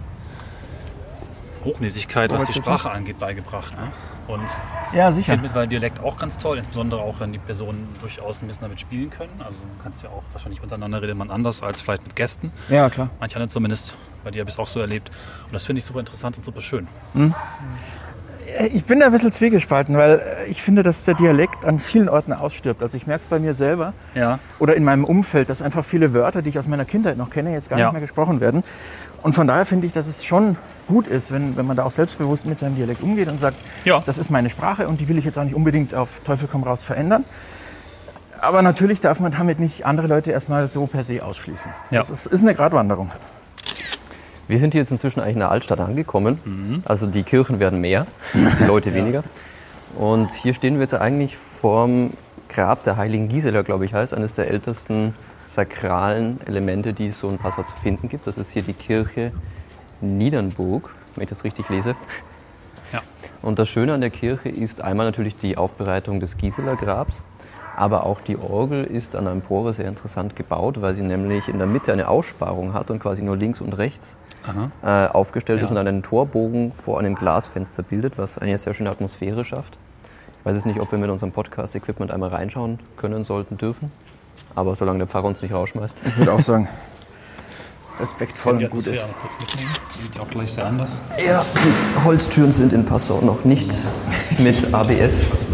Hochnäsigkeit, was die Sprache angeht, beigebracht. Ne? Und Ja, ich sicher. finde mittlerweile Dialekt auch ganz toll, insbesondere auch, wenn die Personen durchaus ein bisschen damit spielen können. Also du kannst ja auch wahrscheinlich untereinander redet man anders als vielleicht mit Gästen. Ja, klar. Manch einer zumindest, bei dir habe ich es auch so erlebt. Und das finde ich super interessant und super schön. Ich bin da ein bisschen zwiegespalten, weil ich finde, dass der Dialekt an vielen Orten ausstirbt. Also ich merke es bei mir selber Ja. oder in meinem Umfeld, dass einfach viele Wörter, die ich aus meiner Kindheit noch kenne, jetzt gar Ja. nicht mehr gesprochen werden. Und von daher finde ich, dass es schon gut ist, wenn man da auch selbstbewusst mit seinem Dialekt umgeht und sagt, Ja. das ist meine Sprache und die will ich jetzt auch nicht unbedingt auf Teufel komm raus verändern. Aber natürlich darf man damit nicht andere Leute erstmal so per se ausschließen. Ja. Das ist eine Gratwanderung. Wir sind hier jetzt inzwischen eigentlich in der Altstadt angekommen. Also die Kirchen werden mehr, die Leute weniger. Und hier stehen wir jetzt eigentlich vorm Grab der heiligen Gisela, glaube ich, heißt eines der ältesten sakralen Elemente, die es so in Passau zu finden gibt. Das ist hier die Kirche Niedernburg, wenn ich das richtig lese. Ja. Und das Schöne an der Kirche ist einmal natürlich die Aufbereitung des Gisela-Grabs, aber auch die Orgel ist an der Empore sehr interessant gebaut, weil sie nämlich in der Mitte eine Aussparung hat und quasi nur links und rechts aufgestellt ist und dann einen Torbogen vor einem Glasfenster bildet, was eine sehr schöne Atmosphäre schafft. Ich weiß jetzt nicht, ob wir mit unserem Podcast-Equipment einmal reinschauen können, sollten, dürfen. Aber solange der Pfarrer uns nicht rausschmeißt. Ich würde auch sagen, respektvoll Die und gut Atmosphäre ist. mal kurz mitnehmen. Die sieht auch gleich sehr anders. Ja, die Holztüren sind in Passau noch nicht mit ABS.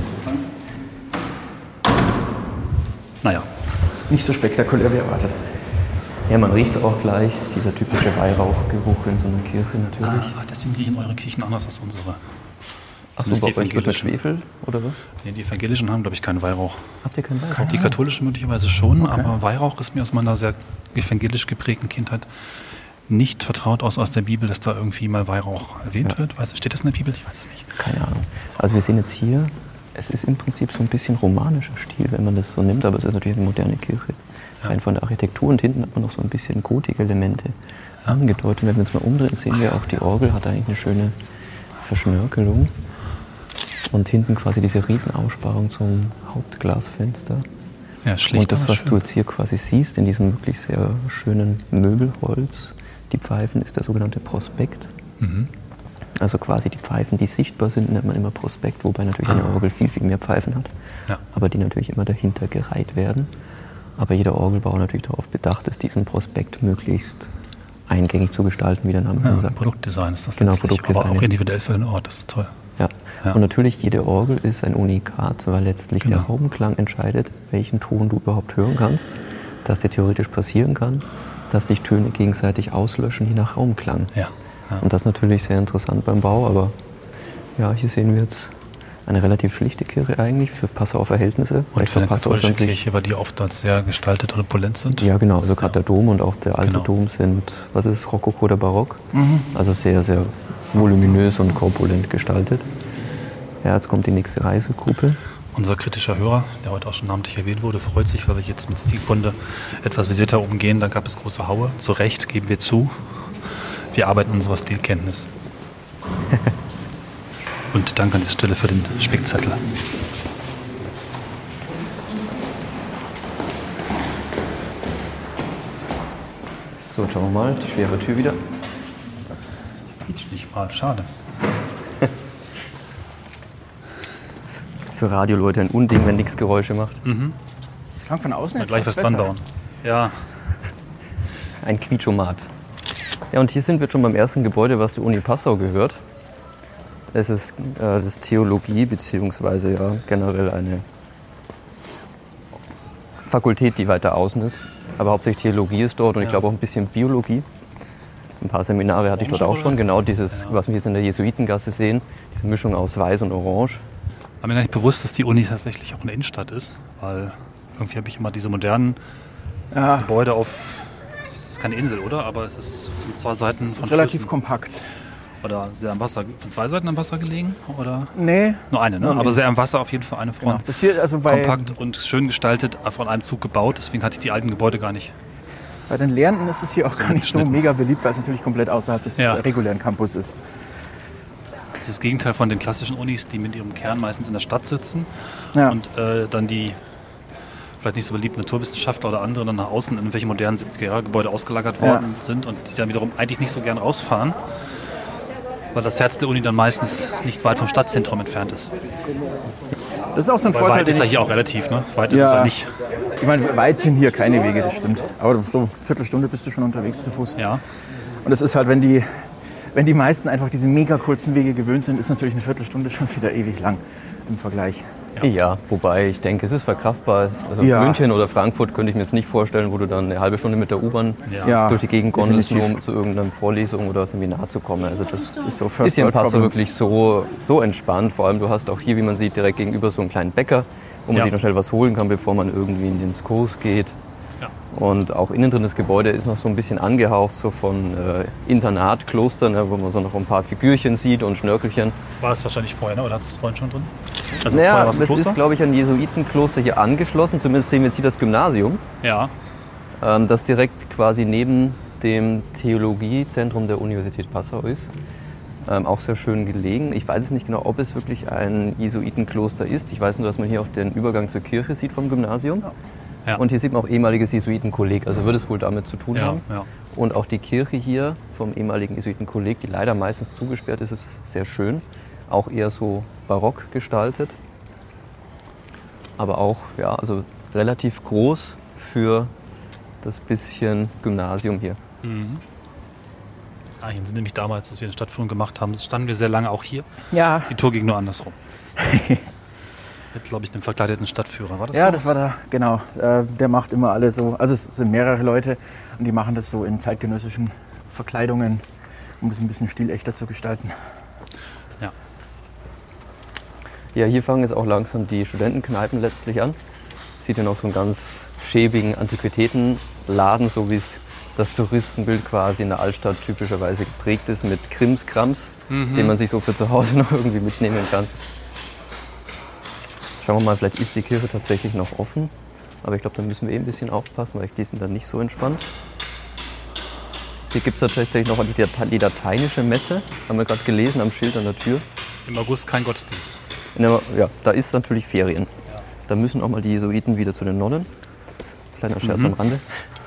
Naja, Nicht so spektakulär wie erwartet. Ja, man riecht es auch gleich. Dieser typische Weihrauchgeruch in so einer Kirche natürlich. deswegen riechen eure Kirchen anders als unsere. Ach so, Zumindest bei die euch wird mit evangelischen. Schwefel oder was? Nee, die Evangelischen haben, glaube ich, keinen Weihrauch. Habt ihr keinen Weihrauch? Die katholischen möglicherweise schon, aber Weihrauch ist mir aus meiner sehr evangelisch geprägten Kindheit nicht vertraut aus der Bibel, dass da irgendwie mal Weihrauch erwähnt wird. Steht das in der Bibel? Ich weiß es nicht. Keine Ahnung. Also wir sehen jetzt hier, es ist im Prinzip so ein bisschen romanischer Stil, wenn man das so nimmt, aber es ist natürlich eine moderne Kirche. Rein von der Architektur und hinten hat man noch so ein bisschen Gotik-Elemente angedeutet. Und wenn wir uns mal umdrehen, sehen wir auch, die Orgel hat eigentlich eine schöne Verschnörkelung. Und hinten quasi diese Riesenaussparung zum Hauptglasfenster. Ja, schlicht. Und das, aber was schön. du jetzt hier quasi siehst, in diesem wirklich sehr schönen Möbelholz, die Pfeifen, ist der sogenannte Prospekt. Also quasi die Pfeifen, die sichtbar sind, nennt man immer Prospekt, wobei natürlich eine Orgel viel, viel mehr Pfeifen hat. Ja. Aber die natürlich immer dahinter gereiht werden. Aber jeder Orgelbauer natürlich darauf bedacht ist, diesen Prospekt möglichst eingängig zu gestalten, wie der Name schon Ja, sagt. Produktdesign ist das Genau, letztlich, Produktdesign. aber auch individuell für den Ort, das ist toll. Ja. Ja. Und natürlich jede Orgel ist ein Unikat, weil letztlich Genau. der Raumklang entscheidet, welchen Ton du überhaupt hören kannst. Dass dir theoretisch passieren kann, dass sich Töne gegenseitig auslöschen, je nach Raumklang. Ja. Ja. Und das ist natürlich sehr interessant beim Bau, aber ja, hier sehen wir jetzt eine relativ schlichte Kirche eigentlich für Passauer Verhältnisse. Und für eine Passau ist katholische an sich- Kirche, weil die oft dort sehr gestaltet oder opulent sind. Ja, genau. Also gerade der Dom und auch der alte Genau. Dom sind, was ist Rokoko oder Barock? Also sehr, sehr voluminös und korpulent gestaltet. Ja, jetzt kommt die nächste Reisegruppe. Unser kritischer Hörer, der heute auch schon namentlich erwähnt wurde, freut sich, weil wir jetzt mit Stilkunde etwas visierter umgehen. Da gab es große Haue. Zu Recht, geben wir zu. Wir arbeiten an unserer Stilkenntnis. Und danke an dieser Stelle für den Spickzettel. So, schauen wir mal, die schwere Tür wieder. Die quietscht nicht mal, schade. Für Radioleute ein Unding, wenn nichts Geräusche macht. Das klang von außen jetzt Gleich was besser. dran bauen. Ja, Ein Quietschomat. Ja, und hier sind wir schon beim ersten Gebäude, was zur Uni Passau gehört. Es ist das Theologie, beziehungsweise ja generell eine Fakultät, die weiter außen ist. Aber hauptsächlich Theologie ist dort und ich glaube auch ein bisschen Biologie. Ein paar Seminare hatte ich dort auch schon. Genau dieses, was wir jetzt in der Jesuitengasse sehen, diese Mischung aus Weiß und Orange. war mir gar nicht bewusst, dass die Uni tatsächlich auch eine Innenstadt ist. Weil irgendwie habe ich immer diese modernen Gebäude auf... Es ist keine Insel, oder? Aber es ist von zwei Seiten Das von ist relativ Flüssen. kompakt. Oder sehr am Wasser, von zwei Seiten am Wasser gelegen? Oder? Nee. Nur eine, ne? Nee. Aber sehr am Wasser auf jeden Fall eine Front. Genau. Das hier, also bei Kompakt und schön gestaltet, von einem Zug gebaut. Deswegen hatte ich die alten Gebäude gar nicht. den Lehrenden ist es hier auch gar nicht so geschnitten. mega beliebt, weil es natürlich komplett außerhalb des Ja. regulären Campus ist. Das ist das Gegenteil von den klassischen Unis, die mit ihrem Kern meistens in der Stadt sitzen Ja. und dann die vielleicht nicht so beliebten Naturwissenschaftler oder andere dann nach außen in irgendwelche modernen 70er-Jahre-Gebäude ausgelagert worden sind und die dann wiederum eigentlich nicht so gern rausfahren, weil das Herz der Uni dann meistens nicht weit vom Stadtzentrum entfernt ist. Das ist auch so ein Weil Vorteil, weit ist ja den hier auch relativ, ne? Weit ist es ja nicht. Ich meine, weit sind hier keine Wege, das stimmt. Aber so eine Viertelstunde bist du schon unterwegs zu Fuß. Ja, Und es ist halt, wenn die meisten einfach diese mega kurzen Wege gewöhnt sind, ist natürlich eine Viertelstunde schon wieder ewig lang im Vergleich. Ja, wobei ich denke, es ist verkraftbar. Also Ja. München oder Frankfurt könnte ich mir jetzt nicht vorstellen, wo du dann eine halbe Stunde mit der U-Bahn Ja. durch die Gegend gondelst, nur definitiv. um zu irgendeiner Vorlesung oder Seminar zu kommen. Also das ist so ist First hier in World Passau Problems. wirklich so entspannt. Vor allem, du hast auch hier, wie man sieht, direkt gegenüber so einen kleinen Bäcker, wo man Ja. sich noch schnell was holen kann, bevor man irgendwie in den Kurs geht. Ja. Und auch innen drin das Gebäude ist noch so ein bisschen angehaucht so von Internatklostern, ne, wo man so noch ein paar Figürchen sieht und Schnörkelchen. war es wahrscheinlich vorher, ne? Oder hast du es vorhin schon drin? Also Naja, vorher war es ein das Kloster? ist, glaube ich, ein Jesuitenkloster hier angeschlossen. Zumindest sehen wir jetzt hier das Gymnasium, Ja, das direkt quasi neben dem Theologiezentrum der Universität Passau ist. Auch sehr schön gelegen. Ich weiß es nicht genau, ob es wirklich ein Jesuitenkloster ist. Ich weiß nur, dass man hier auch den Übergang zur Kirche sieht vom Gymnasium. Ja. Und hier sieht man auch ehemaliges Jesuitenkolleg. Also würde es wohl damit zu tun ja, haben. ja. Und auch die Kirche hier vom ehemaligen Jesuitenkolleg, die leider meistens zugesperrt ist, ist sehr schön. Auch eher so barock gestaltet. Aber auch ja, also relativ groß für das bisschen Gymnasium hier. Ah, hier sind nämlich damals, als wir eine Stadtführung gemacht haben, standen wir sehr lange auch hier. Ja, Die Tour ging nur andersrum. Mit, glaube ich, einem verkleideten Stadtführer. War das ja, so? das war da, genau. Der macht immer alle so, also es sind mehrere Leute und die machen das so in zeitgenössischen Verkleidungen, um es ein bisschen stilechter zu gestalten. Ja. Ja, hier fangen jetzt auch langsam die Studentenkneipen letztlich an. Sieht ja noch so einen ganz schäbigen Antiquitätenladen, so wie es das Touristenbild quasi in der Altstadt typischerweise geprägt ist, mit Krimskrams, den man sich so für zu Hause noch irgendwie mitnehmen kann. Schauen wir mal, vielleicht ist die Kirche tatsächlich noch offen. Aber ich glaube, da müssen wir ein bisschen aufpassen, weil die sind dann nicht so entspannt. Hier gibt es tatsächlich noch die lateinische Messe, haben wir gerade gelesen, am Schild an der Tür. Im August kein Gottesdienst. Ja, da ist natürlich Ferien. Da müssen auch mal die Jesuiten wieder zu den Nonnen. Kleiner Scherz am Rande.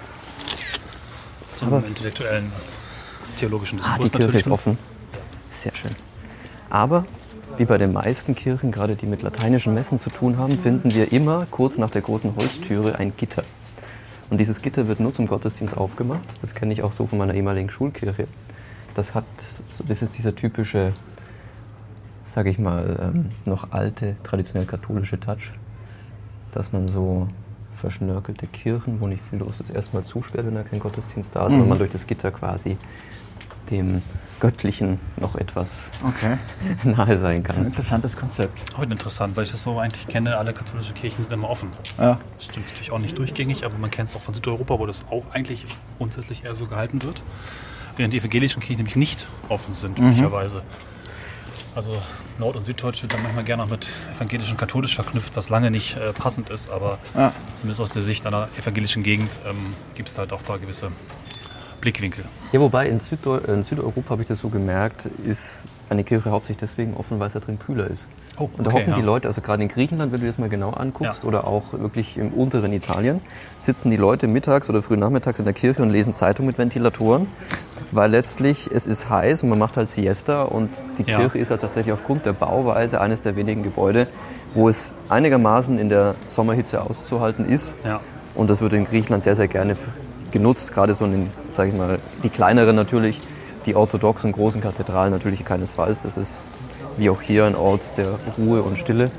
Zum intellektuellen, theologischen Diskurs Die Kirche natürlich. ist offen. Sehr schön. Aber wie bei den meisten Kirchen, gerade die mit lateinischen Messen zu tun haben, finden wir immer kurz nach der großen Holztüre ein Gitter. Und dieses Gitter wird nur zum Gottesdienst aufgemacht. Das kenne ich auch so von meiner ehemaligen Schulkirche. Das ist dieser typische, sage ich mal, noch alte, traditionell katholische Touch, dass man so verschnörkelte Kirchen, wo nicht viel los ist, erstmal zusperrt, wenn da kein Gottesdienst da ist, weil man durch das Gitter quasi dem Göttlichen noch etwas nahe sein Das ist ein kann. interessantes Konzept. Heute interessant, weil ich das so eigentlich kenne, alle katholischen Kirchen sind immer offen. Ja. Das stimmt natürlich auch nicht durchgängig, aber man kennt es auch von Südeuropa, wo das auch eigentlich grundsätzlich eher so gehalten wird. Während die evangelischen Kirchen nämlich nicht offen sind, üblicherweise. Also Nord- und Süddeutsche dann manchmal gerne auch mit evangelisch und katholisch verknüpft, was lange nicht passend ist, aber Ja. zumindest aus der Sicht einer evangelischen Gegend gibt es halt auch da gewisse Blickwinkel. Ja, wobei in Südeuropa habe ich das so gemerkt, ist eine Kirche hauptsächlich deswegen offen, weil es da drin kühler ist. Oh, Und da hocken die Leute, also gerade in Griechenland, wenn du das mal genau anguckst, oder auch wirklich im unteren Italien, sitzen die Leute mittags oder früh nachmittags in der Kirche und lesen Zeitung mit Ventilatoren, weil letztlich es ist heiß und man macht halt Siesta und die Kirche ist halt tatsächlich aufgrund der Bauweise eines der wenigen Gebäude, wo es einigermaßen in der Sommerhitze auszuhalten ist. Ja. Und das wird in Griechenland sehr, sehr gerne genutzt, gerade so in, sag ich mal, die kleineren natürlich, die orthodoxen großen Kathedralen natürlich keinesfalls. Das ist wie auch hier ein Ort der Ruhe und Stille.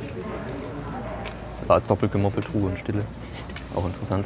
Doppelt gemoppelt, Ruhe und Stille. Auch interessant.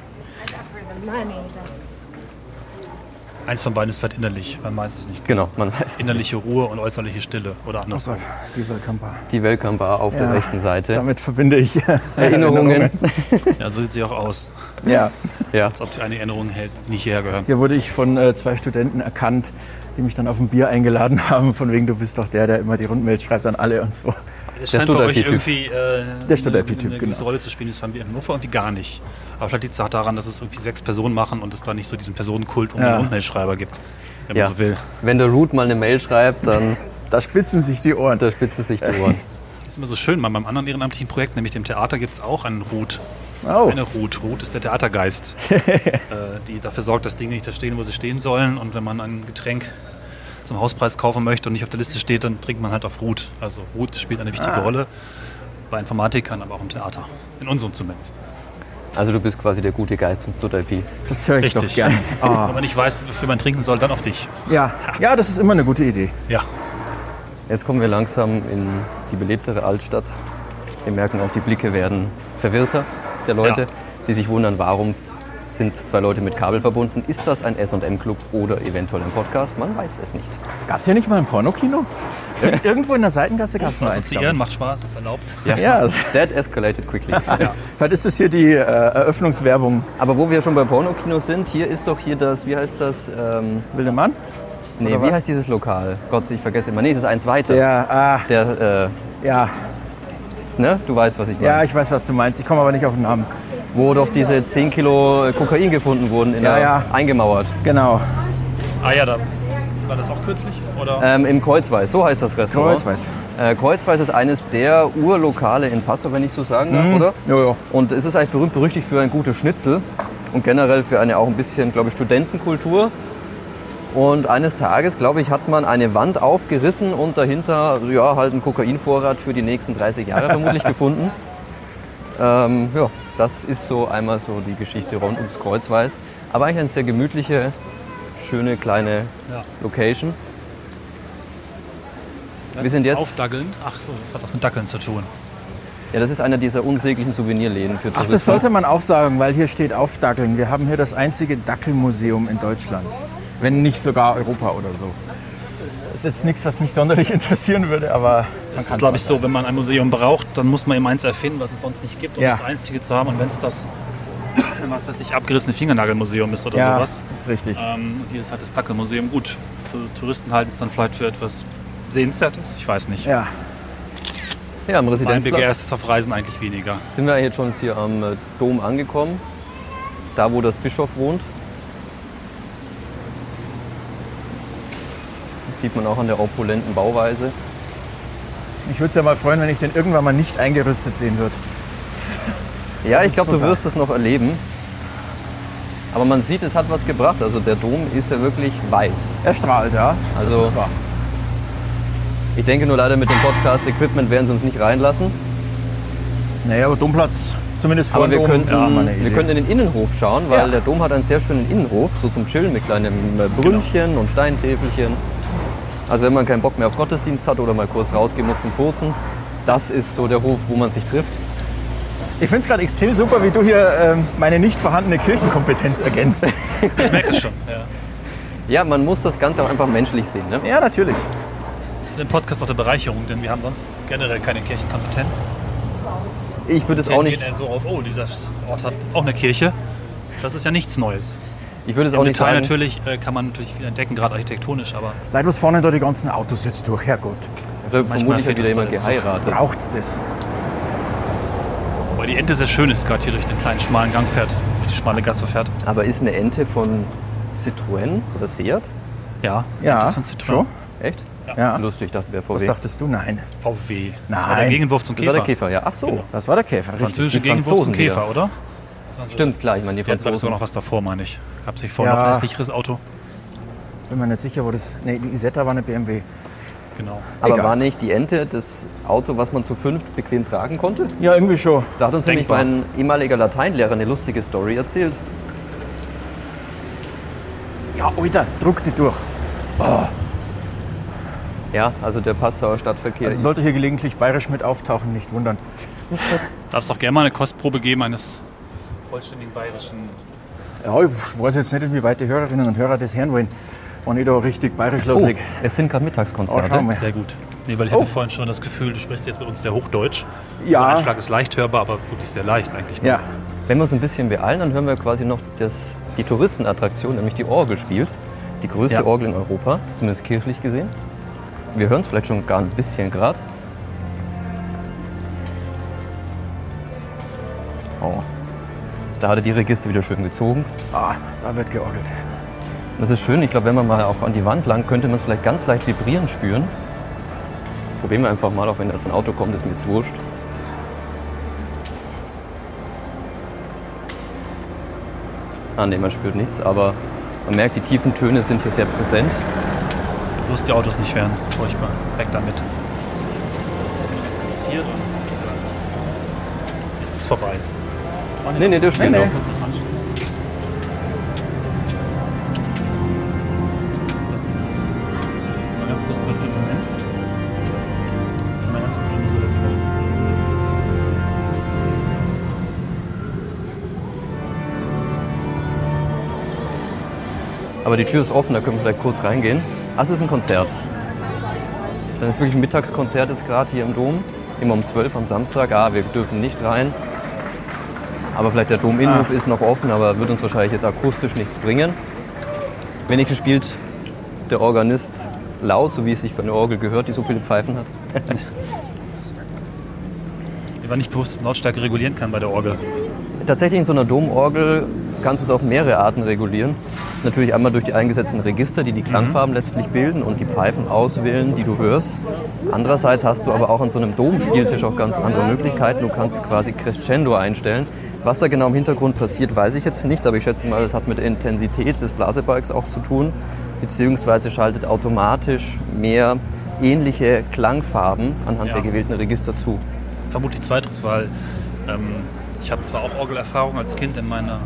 Eins von beiden ist vielleicht innerlich, man weiß es nicht. Genau, man weiß es. Innerliche Ruhe und äußerliche Stille oder andersrum. Die Welcome Bar. Die Welcome Bar auf der rechten Seite. Damit verbinde ich Erinnerungen. Ja, so sieht sie auch aus. Ja. Ja. Als ob sie eine Erinnerung hält, die nicht hierher gehören. Hier wurde ich von 2 Studenten erkannt, die mich dann auf ein Bier eingeladen haben, von wegen, du bist doch der immer die Rundmails schreibt an alle und so. Es scheint bei euch irgendwie Der Stutterpi-Typ, eine gewisse genau. Rolle zu spielen. Das haben wir in Hannover irgendwie gar nicht. Aber vielleicht liegt es auch daran, dass es irgendwie 6 Personen machen und es da nicht so diesen Personenkult um den Rundmailschreiber gibt, wenn man so will. Wenn der Root mal eine Mail schreibt, dann Da spitzen sich die Ohren. da spitzen sich die Ohren. Das ist immer so schön. Bei meinem anderen ehrenamtlichen Projekt, nämlich dem Theater, gibt es auch einen Ruth. Oh. Eine Ruth. Ruth ist der Theatergeist, die dafür sorgt, dass Dinge nicht da stehen, wo sie stehen sollen. Und wenn man ein Getränk zum Hauspreis kaufen möchte und nicht auf der Liste steht, dann trinkt man halt auf Ruth. Also Ruth spielt eine wichtige Rolle bei Informatikern, aber auch im Theater. In unserem zumindest. Also du bist quasi der gute Geist vom Stutterpi. Das höre ich Richtig. doch gern. Wenn man nicht weiß, wofür man trinken soll, dann auf dich. Ja, das ist immer eine gute Idee. Ja. Jetzt kommen wir langsam in die belebtere Altstadt. Wir merken auch, die Blicke werden verwirrter der Leute, Ja. die sich wundern, warum sind 2 Leute mit Kabel verbunden. Ist das ein S&M-Club oder eventuell ein Podcast? Man weiß es nicht. Gab es hier nicht mal ein Pornokino? Irgendwo in der Seitengasse gab es mal eins. Assoziieren, macht Spaß, ist erlaubt. Ja, That escalated quickly. vielleicht ist es hier die Eröffnungswerbung. Aber wo wir schon bei Pornokino sind, hier ist doch hier das, wie heißt das? Wilde Mann? Nee, Oder wie was? heißt dieses Lokal? Gott, ich vergesse immer. Nee, es ist eins weiter. Der, Der, ne? Du weißt, was ich meine. ja, ich weiß, was du meinst. Ich komme aber nicht auf den Namen. Wo doch diese 10 Kilo Kokain gefunden wurden, eingemauert. Genau. Ah ja, da war das auch kürzlich? Oder? Im Kreuzweiß, so heißt das Restaurant. Kreuzweiß. Kreuzweiß ist eines der Urlokale in Passau, wenn ich so sagen darf, oder? Ja. Und es ist eigentlich berühmt-berüchtigt für ein gutes Schnitzel und generell für eine auch ein bisschen, glaube ich, Studentenkultur. Und eines Tages, glaube ich, hat man eine Wand aufgerissen und dahinter halt einen Kokainvorrat für die nächsten 30 Jahre vermutlich gefunden. Das ist so einmal so die Geschichte rund ums Kreuzweiß. Aber eigentlich eine sehr gemütliche, schöne kleine Location. Wir sind jetzt. Aufdackeln? Ach so, das hat was mit Dackeln zu tun. Ja, das ist einer dieser unsäglichen Souvenirläden für Ach, Touristen. das sollte man auch sagen, weil hier steht Aufdackeln. Wir haben hier das einzige Dackelmuseum in Deutschland. Wenn nicht sogar Europa oder so. Das ist jetzt nichts, was mich sonderlich interessieren würde, aber Es ist, glaube ich, so, wenn man ein Museum braucht, dann muss man eben eins erfinden, was es sonst nicht gibt, um das einzige zu haben. Und wenn es das, was weiß ich, abgerissene Fingernagelmuseum ist oder sowas. ist richtig. Hier ist halt das Dackelmuseum gut. Für Touristen halten es dann vielleicht für etwas Sehenswertes, ich weiß nicht. Ja. Ja, am Mein Residenzplatz Begehr ist es auf Reisen eigentlich weniger. sind wir jetzt schon hier am Dom angekommen. Da, wo das Bischof wohnt. Das sieht man auch an der opulenten Bauweise. Mich würde es ja mal freuen, wenn ich den irgendwann mal nicht eingerüstet sehen würde. Ja, ich glaube, du total. wirst es noch erleben. Aber man sieht, es hat was gebracht. Also der Dom ist ja wirklich weiß. Er strahlt, ja. Also Das ist wahr. ich denke nur leider mit dem Podcast-Equipment werden sie uns nicht reinlassen. Naja, aber Domplatz, zumindest vor Aber wir Dom, könnten, ist schon mal eine wir Idee. könnten in den Innenhof schauen, weil Ja. der Dom hat einen sehr schönen Innenhof, so zum Chillen mit kleinem Brünnchen und Steintäfelchen. Also wenn man keinen Bock mehr auf Gottesdienst hat oder mal kurz rausgehen muss zum Furzen, das ist so der Hof, wo man sich trifft. Ich finde es gerade extrem super, wie du hier meine nicht vorhandene Kirchenkompetenz ergänzt. Ich merke es schon. Ja. Ja, man muss das Ganze auch einfach menschlich sehen. Ne? Ja, natürlich. Für den Podcast auch der Bereicherung, denn wir haben sonst generell keine Kirchenkompetenz. Ich würde es Wir auch gehen nicht, eher so auf, oh, dieser Ort hat auch eine Kirche. Das ist ja nichts Neues. ich würde es Im auch nicht Detail sagen. natürlich kann man natürlich viel entdecken, gerade architektonisch, aber Leid, was vorne da die ganzen Autos jetzt durch, Herrgott. Vermutlich hat fällt wieder es jemand da so. geheiratet. Braucht's das? weil die Ente sehr schön ist, gerade hier durch den kleinen schmalen Gang fährt, durch die schmale Gasse fährt. Aber ist eine Ente von Citroën oder Seat. Ja, Ja, das von Citroën. schon? Echt? Ja. Lustig, das wäre Was VW. dachtest du? Nein. VW. Das war Nein. der Gegenwurf zum Das Käfer. war der Käfer, ja. Ach so. Genau. Das war der Käfer, richtig. Französische Die Gegenwurf zum Franzosen wieder. Käfer, oder? Stimmt, klar. Ich meine, die Jetzt gab es sogar Franzosen. noch was davor, meine ich. Gab es nicht vorher noch Ja. ein hässlicheres Auto? Bin mir nicht sicher, wo das... Nee, die Isetta war eine BMW. Genau. Aber Egal. war nicht die Ente das Auto, was man zu fünft bequem tragen konnte? Ja, irgendwie schon. Da hat uns nämlich Denkbar. mein ehemaliger Lateinlehrer eine lustige Story erzählt. Ja, Alter, druck die durch. Ja, also der Passauer Stadtverkehr. Also sollte hier gelegentlich bayerisch mit auftauchen, nicht wundern. Darf es doch gerne mal eine Kostprobe geben eines vollständigen bayerischen... Ja, ich weiß jetzt nicht, inwieweit die Hörerinnen und Hörer das hören wollen, wenn ich da richtig bayerisch loslege. es sind gerade Oh, Mittagskonzerte. schau mal. Sehr gut. Nee, weil ich hatte vorhin schon das Gefühl, du sprichst jetzt mit uns sehr Hochdeutsch. Ja. Der Einschlag ist leicht hörbar, aber wirklich sehr leicht eigentlich. Ja, Wenn wir uns ein bisschen beeilen, dann hören wir quasi noch die Touristenattraktion, nämlich die Orgel spielt. Die größte Ja. Orgel in Europa, zumindest kirchlich gesehen. Wir hören es vielleicht schon gar ein bisschen gerade. Oh. Da hatte die Register wieder schön gezogen. da wird georgelt. Das ist schön. Ich glaube, wenn man mal auch an die Wand lang, könnte man es vielleicht ganz leicht vibrieren spüren. Probieren wir einfach mal, auch wenn das ein Auto kommt, ist mir jetzt wurscht. Ne, man spürt nichts, aber man merkt, die tiefen Töne sind hier sehr präsent. Bloß die Autos nicht fern. Furchtbar. Weg damit. Jetzt geht's hier. Jetzt ist es vorbei. Nee, der spielt Nee, noch. nee. Kurz noch anstellen. Mal ganz kurz für einen Moment. Schon mal ganz kurz in diese Luft. Aber die Tür ist offen, da können wir vielleicht kurz reingehen. Das ist ein Konzert. Dann ist wirklich ein Mittagskonzert jetzt gerade hier im Dom. Immer um 12 am Samstag. Wir dürfen nicht rein. Aber vielleicht der Dominnenhof ist noch offen, aber wird uns wahrscheinlich jetzt akustisch nichts bringen. Wenigstens spielt der Organist laut, so wie es sich für eine Orgel gehört, die so viele Pfeifen hat. Mir war nicht bewusst, dass man Lautstärke regulieren kann bei der Orgel. Tatsächlich in so einer Domorgel kannst du es auf mehrere Arten regulieren. Natürlich einmal durch die eingesetzten Register, die die Klangfarben letztlich bilden und die Pfeifen auswählen, die du hörst. Andererseits hast du aber auch an so einem Domspieltisch auch ganz andere Möglichkeiten. Du kannst quasi Crescendo einstellen. Was da genau im Hintergrund passiert, weiß ich jetzt nicht, aber ich schätze mal, das hat mit der Intensität des Blasebalgs auch zu tun, beziehungsweise schaltet automatisch mehr ähnliche Klangfarben anhand der gewählten Register zu. Vermutlich zweiteres, weil ich habe zwar auch Orgelerfahrung als Kind meine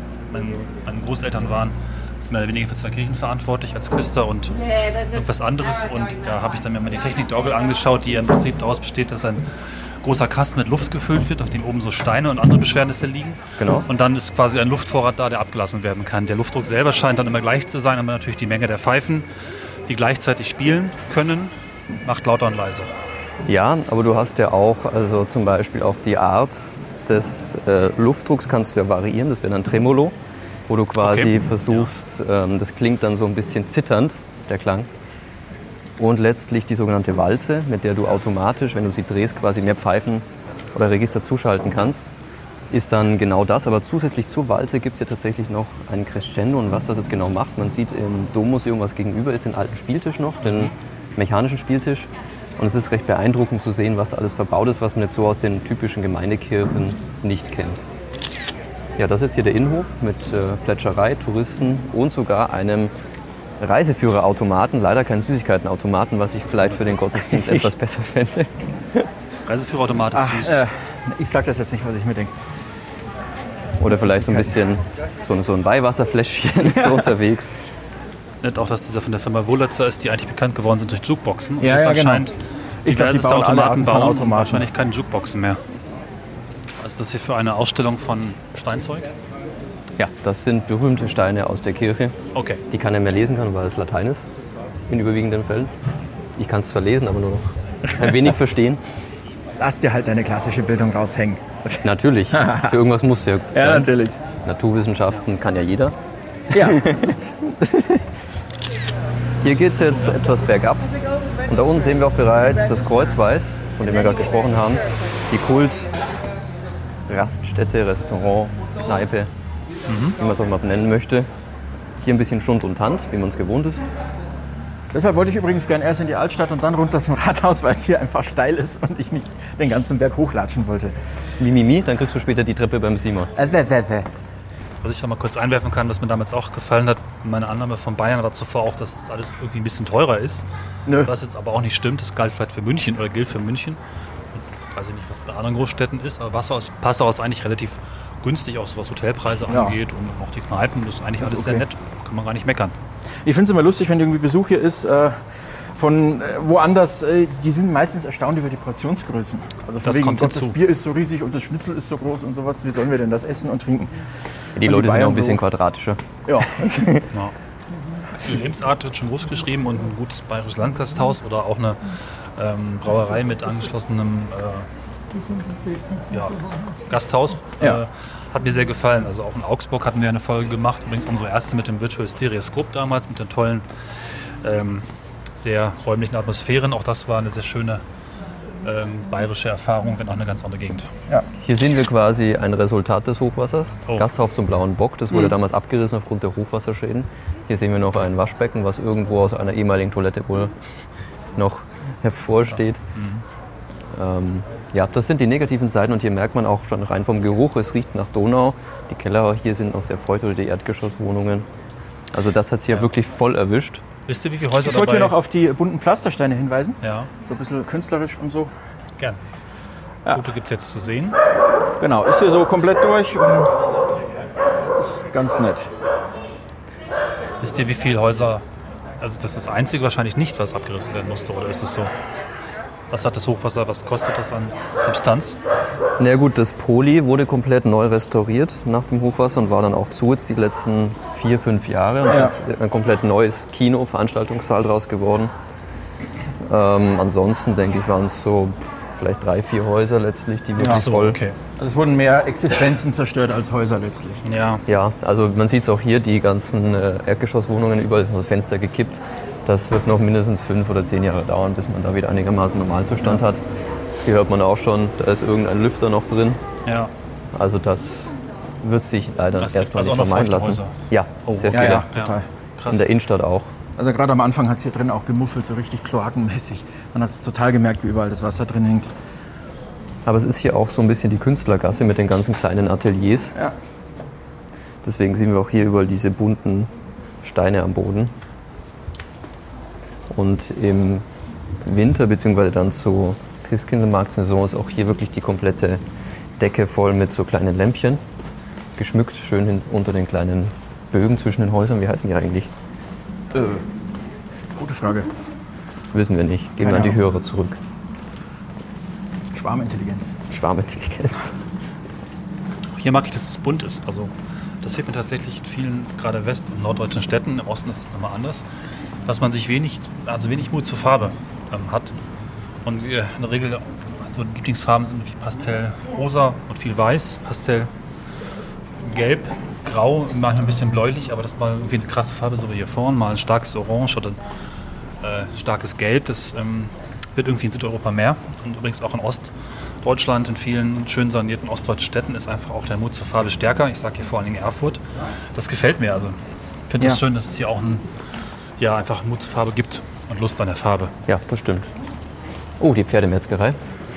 Großeltern waren mehr oder weniger für 2 Kirchen verantwortlich, als Küster und irgendwas anderes. Und da habe ich dann mir mal die Technik der Orgel angeschaut, die im Prinzip daraus besteht, dass ein großer Kasten mit Luft gefüllt wird, auf dem oben so Steine und andere Beschwernisse liegen. Genau. Und dann ist quasi ein Luftvorrat da, der abgelassen werden kann. Der Luftdruck selber scheint dann immer gleich zu sein, aber natürlich die Menge der Pfeifen, die gleichzeitig spielen können, macht lauter und leiser. Ja, aber du hast ja auch, also zum Beispiel auch die Art des Luftdrucks kannst du ja variieren, das wäre dann Tremolo, wo du quasi versuchst, das klingt dann so ein bisschen zitternd, der Klang. Und letztlich die sogenannte Walze, mit der du automatisch, wenn du sie drehst, quasi mehr Pfeifen oder Register zuschalten kannst, ist dann genau das. Aber zusätzlich zur Walze gibt es ja tatsächlich noch einen Crescendo. Und was das jetzt genau macht, man sieht im Dommuseum, was gegenüber ist, den alten Spieltisch noch, den mechanischen Spieltisch. Und es ist recht beeindruckend zu sehen, was da alles verbaut ist, was man jetzt so aus den typischen Gemeindekirchen nicht kennt. Ja, das ist jetzt hier der Innenhof mit Plätscherei, Touristen und sogar einem Reiseführerautomaten. Leider keinen Süßigkeitenautomaten, was ich vielleicht für den Gottesdienst etwas besser fände. Reiseführerautomat ist süß. Ich sag das jetzt nicht, was ich mir denke. Oder vielleicht so ein bisschen so ein Weihwasserfläschchen für unterwegs. Nett auch, dass dieser von der Firma Wurlitzer ist, die eigentlich bekannt geworden sind durch Jukeboxen. Und Ja, jetzt ja, genau. anscheinend Ich glaub, die diverseste bauen alle Automaten Arten von bauen und Automaten. wahrscheinlich keine Jukeboxen mehr. Was ist das hier für eine Ausstellung von Steinzeug? Ja, das sind berühmte Steine aus der Kirche, Okay. die keiner mehr lesen kann, weil es Latein ist, in überwiegenden Fällen. Ich kann es zwar lesen, aber nur noch ein wenig verstehen. Lass dir halt deine klassische Bildung raushängen. Natürlich, für irgendwas muss ja gut sein. Ja, natürlich. Naturwissenschaften kann ja jeder. Ja. Hier geht es jetzt etwas bergab und da unten sehen wir auch bereits das Kreuzweiß, von dem wir gerade gesprochen haben. Die Kult-Raststätte, Restaurant, Kneipe, wie man es auch mal nennen möchte. Hier ein bisschen Schund und Tand, wie man es gewohnt ist. Deshalb wollte ich übrigens gern erst in die Altstadt und dann runter zum Rathaus, weil es hier einfach steil ist und ich nicht den ganzen Berg hochlatschen wollte. Mimimi, dann kriegst du später die Treppe beim Simon. Was ich noch mal kurz einwerfen kann, was mir damals auch gefallen hat, meine Annahme von Bayern war zuvor auch, dass alles irgendwie ein bisschen teurer ist. Nö. Was jetzt aber auch nicht stimmt, das galt vielleicht für München oder gilt für München. Und weiß ich nicht, was bei anderen Großstädten ist, aber Passau ist eigentlich relativ günstig, auch so was Hotelpreise angeht und auch die Kneipen, das ist eigentlich alles sehr nett, kann man gar nicht meckern. Ich finde es immer lustig, wenn irgendwie Besuch hier ist von woanders, die sind meistens erstaunt über die Portionsgrößen. Also von Das wegen, kommt Gott, hinzu. das Bier ist so riesig und das Schnitzel ist so groß und sowas, wie sollen wir denn das essen und trinken? Die Und Leute sind auch Bayern ein bisschen so- quadratischer. Ja. Die Lebensart wird schon groß geschrieben und ein gutes bayerisches Landgasthaus oder auch eine Brauerei mit angeschlossenem Gasthaus Ja. hat mir sehr gefallen. Also auch in Augsburg hatten wir eine Folge gemacht, übrigens unsere erste mit dem Virtual Stereoscope damals, mit den tollen, sehr räumlichen Atmosphären. Auch das war eine sehr schöne bayerische Erfahrung, wenn auch eine ganz andere Gegend. Hier sehen wir quasi ein Resultat des Hochwassers. Oh. Gasthof zum Blauen Bock, das wurde damals abgerissen aufgrund der Hochwasserschäden. Hier sehen wir noch ein Waschbecken, was irgendwo aus einer ehemaligen Toilette wohl noch hervorsteht. Ja, das sind die negativen Seiten und hier merkt man auch schon rein vom Geruch, es riecht nach Donau. Die Keller hier sind noch sehr feucht oder die Erdgeschosswohnungen. Also das hat es hier wirklich voll erwischt. Wisst ihr, wie viele Häuser Ich wollte dabei? hier noch auf die bunten Pflastersteine hinweisen, Ja, so ein bisschen künstlerisch und so. gern. Foto gibt es jetzt zu sehen. Genau, ist hier so komplett durch und ist ganz nett. Wisst ihr, wie viele Häuser, also das ist das einzige wahrscheinlich nicht, was abgerissen werden musste, oder ist es so? Was hat das Hochwasser, was kostet das an Substanz? Na gut, das Poli wurde komplett neu restauriert nach dem Hochwasser und war dann auch zu jetzt die letzten 4-5 Jahre. Und Ja. jetzt ist ein komplett neues Kino, Veranstaltungssaal draus geworden. Ansonsten denke ich, waren es so vielleicht 3-4 Häuser letztlich, die wirklich voll... okay. Also es wurden mehr Existenzen zerstört als Häuser letztlich. Ja, Ja, also man sieht es auch hier, die ganzen Erdgeschosswohnungen, überall ist noch das Fenster gekippt. Das wird noch mindestens 5 oder 10 Jahre dauern, bis man da wieder einigermaßen Normalzustand hat. Hier hört man auch schon, da ist irgendein Lüfter noch drin. ja. Also das wird sich leider Das erstmal gibt nicht also auch noch vermeiden feuchte lassen. Häuser? Ja, Oh, sehr Ja, viele. ja, total. Krass. In der Innenstadt auch. Also gerade am Anfang hat es hier drin auch gemuffelt, so richtig kloakenmäßig. Man hat es total gemerkt, wie überall das Wasser drin hängt. Aber es ist hier auch so ein bisschen die Künstlergasse mit den ganzen kleinen Ateliers. Ja. Deswegen sehen wir auch hier überall diese bunten Steine am Boden. Und im Winter bzw. dann zur Christkindlmarktsaison ist auch hier wirklich die komplette Decke voll mit so kleinen Lämpchen. Geschmückt, schön unter den kleinen Bögen zwischen den Häusern. Wie heißen die eigentlich? Gute Frage. Wissen wir nicht. Geben wir Keine an die Ahnung. Hörer zurück. Schwarmintelligenz. Schwarmintelligenz. Hier mag ich, dass es bunt ist. Also das sieht man tatsächlich in vielen, gerade west- und norddeutschen Städten. Im Osten ist es nochmal anders. Dass man sich wenig Mut zur Farbe hat. Und in der Regel, also Lieblingsfarben sind wie Pastell rosa und viel weiß, Pastell gelb, grau, manchmal ein bisschen bläulich, aber das mal irgendwie eine krasse Farbe, so wie hier vorne, mal ein starkes Orange oder ein starkes Gelb. Das wird irgendwie in Südeuropa mehr. Und übrigens auch in Ostdeutschland, in vielen schön sanierten ostdeutschen Städten ist einfach auch der Mut zur Farbe stärker. Ich sage hier vor allen Dingen Erfurt. Das gefällt mir. Also ich finde es schön, dass es hier auch einfach Mut zur Farbe gibt und Lust an der Farbe. Ja, das stimmt. Oh, die Pferdemetzgerei.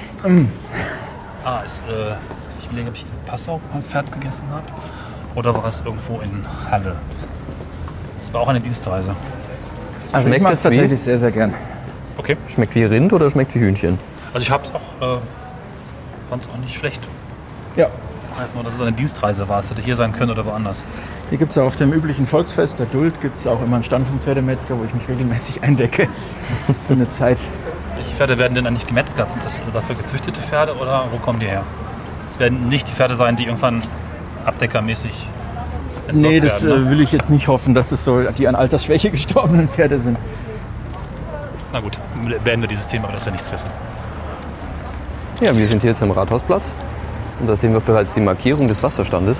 Ich überlege, ob ich in Passau mal ein Pferd gegessen habe oder war es irgendwo in Halle. Das war auch eine Dienstreise. Also Schmeckt ich mag das es tatsächlich sehr, sehr gern. Okay. Schmeckt wie Rind oder schmeckt wie Hühnchen? Also ich habe es auch, fand es auch nicht schlecht. Ja. Heißt nur, dass es eine Dienstreise war. Es hätte hier sein können oder woanders. Hier gibt es auf dem üblichen Volksfest der Duld gibt es auch immer einen Stand vom Pferdemetzger, wo ich mich regelmäßig eindecke für eine Zeit. Welche Pferde werden denn eigentlich gemetzgert? Sind das dafür gezüchtete Pferde oder wo kommen die her? Es werden nicht die Pferde sein, die irgendwann abdeckermäßig entsorgt Nee, das werden. Ne? will ich jetzt nicht hoffen, dass es so die an Altersschwäche gestorbenen Pferde sind. Na gut, beenden wir dieses Thema, dass wir nichts wissen. Ja, wir sind hier jetzt am Rathausplatz und da sehen wir bereits die Markierung des Wasserstandes.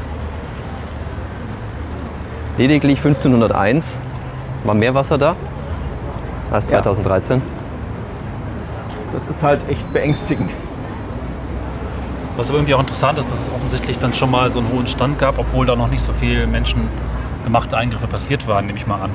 Lediglich 1501 war mehr Wasser da als Ja. 2013. Das ist halt echt beängstigend. Was aber irgendwie auch interessant ist, dass es offensichtlich dann schon mal so einen hohen Stand gab, obwohl da noch nicht so viele Menschen gemachte Eingriffe passiert waren, nehme ich mal an.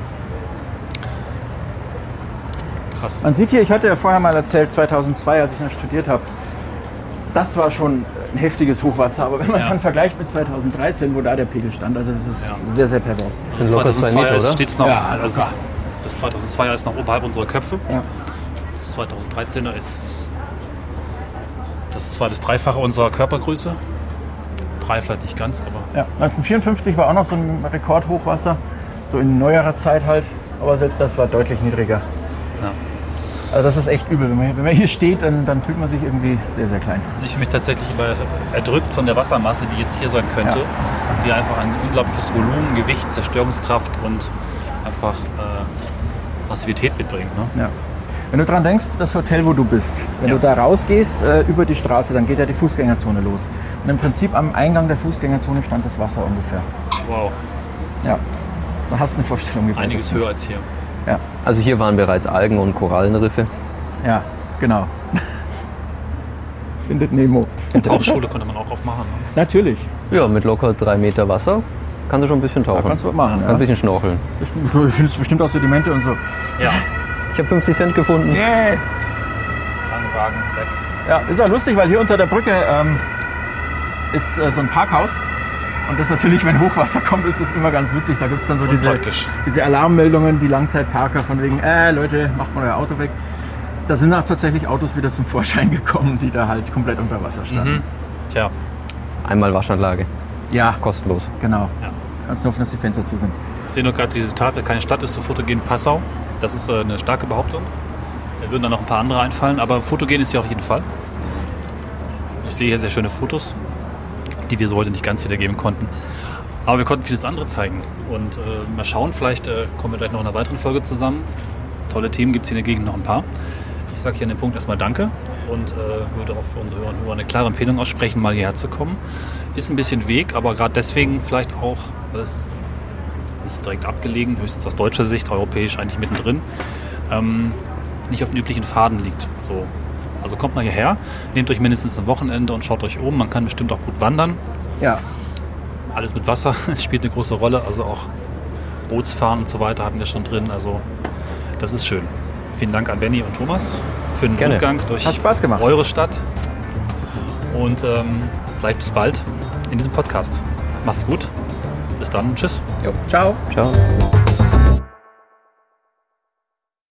Krass. Man sieht hier, ich hatte ja vorher mal erzählt, 2002, als ich noch studiert habe, das war schon ein heftiges Hochwasser. Aber wenn man dann vergleicht mit 2013, wo da der Pegel stand, also das ist sehr, sehr pervers. Das 2002 steht noch, Ja, also das 2002er ist noch oberhalb unserer Köpfe. Ja. Das 2013er ist das 2- bis 3-fache unserer Körpergröße. 3 vielleicht nicht ganz, aber... Ja, 1954 war auch noch so ein Rekordhochwasser, so in neuerer Zeit halt. Aber selbst das war deutlich niedriger. Ja. Also das ist echt übel. Wenn man hier steht, dann fühlt man sich irgendwie sehr, sehr klein. Also ich fühle mich tatsächlich erdrückt von der Wassermasse, die jetzt hier sein könnte. Ja. Die einfach ein unglaubliches Volumen, Gewicht, Zerstörungskraft und einfach Massivität mitbringt. Ne? Ja. Wenn du dran denkst, das Hotel, wo du bist, wenn du da rausgehst über die Straße, dann geht ja die Fußgängerzone los. Und im Prinzip am Eingang der Fußgängerzone stand das Wasser ungefähr. Wow. Ja, da hast du eine Vorstellung. Wie einiges höher als hier. Ja. Also hier waren bereits Algen- und Korallenriffe. Ja, genau. Findet Nemo. Tauchschule konnte man auch aufmachen. Ne? Natürlich. Ja, mit locker 3 Meter Wasser kannst du schon ein bisschen tauchen. Da kannst du was machen. Ein bisschen schnorcheln. Du findest bestimmt auch Sedimente und so. Ja. Ich habe 50 Cent gefunden. Yeah. Krankenwagen weg. Ja, ist auch lustig, weil hier unter der Brücke ist so ein Parkhaus. Und das natürlich, wenn Hochwasser kommt, ist das immer ganz witzig. Da gibt es dann so diese Alarmmeldungen, die Langzeitparker von wegen, Leute, macht mal euer Auto weg. Da sind auch tatsächlich Autos wieder zum Vorschein gekommen, die da halt komplett unter Wasser standen. Mhm. Tja. Einmal Waschanlage. Ja. Kostenlos. Genau. Ja. Kannst nur hoffen, dass die Fenster zu sind. Ich sehe nur gerade diese Tafel, keine Stadt ist so fotogen Passau. Das ist eine starke Behauptung. Da würden dann noch ein paar andere einfallen, aber fotogen ist ja auf jeden Fall. Ich sehe hier sehr schöne Fotos, die wir so heute nicht ganz wiedergeben konnten. Aber wir konnten vieles andere zeigen. Und mal schauen, vielleicht kommen wir gleich noch in einer weiteren Folge zusammen. Tolle Themen gibt es hier in der Gegend noch ein paar. Ich sage hier an dem Punkt erstmal Danke und würde auch für unsere Hörer und Hörer eine klare Empfehlung aussprechen, mal hierher zu kommen. Ist ein bisschen Weg, aber gerade deswegen vielleicht auch, weil es nicht direkt abgelegen, höchstens aus deutscher Sicht, europäisch eigentlich mittendrin, nicht auf den üblichen Pfaden liegt. So. Also kommt mal hierher, nehmt euch mindestens ein Wochenende und schaut euch um. Man kann bestimmt auch gut wandern. Ja. Alles mit Wasser spielt eine große Rolle. Also auch Bootsfahren und so weiter hatten wir schon drin. Also das ist schön. Vielen Dank an Benny und Thomas für den Rundgang durch eure Stadt. Und vielleicht bis bald in diesem Podcast. Macht's gut. Bis dann. Tschüss. Jo. Ciao. Ciao.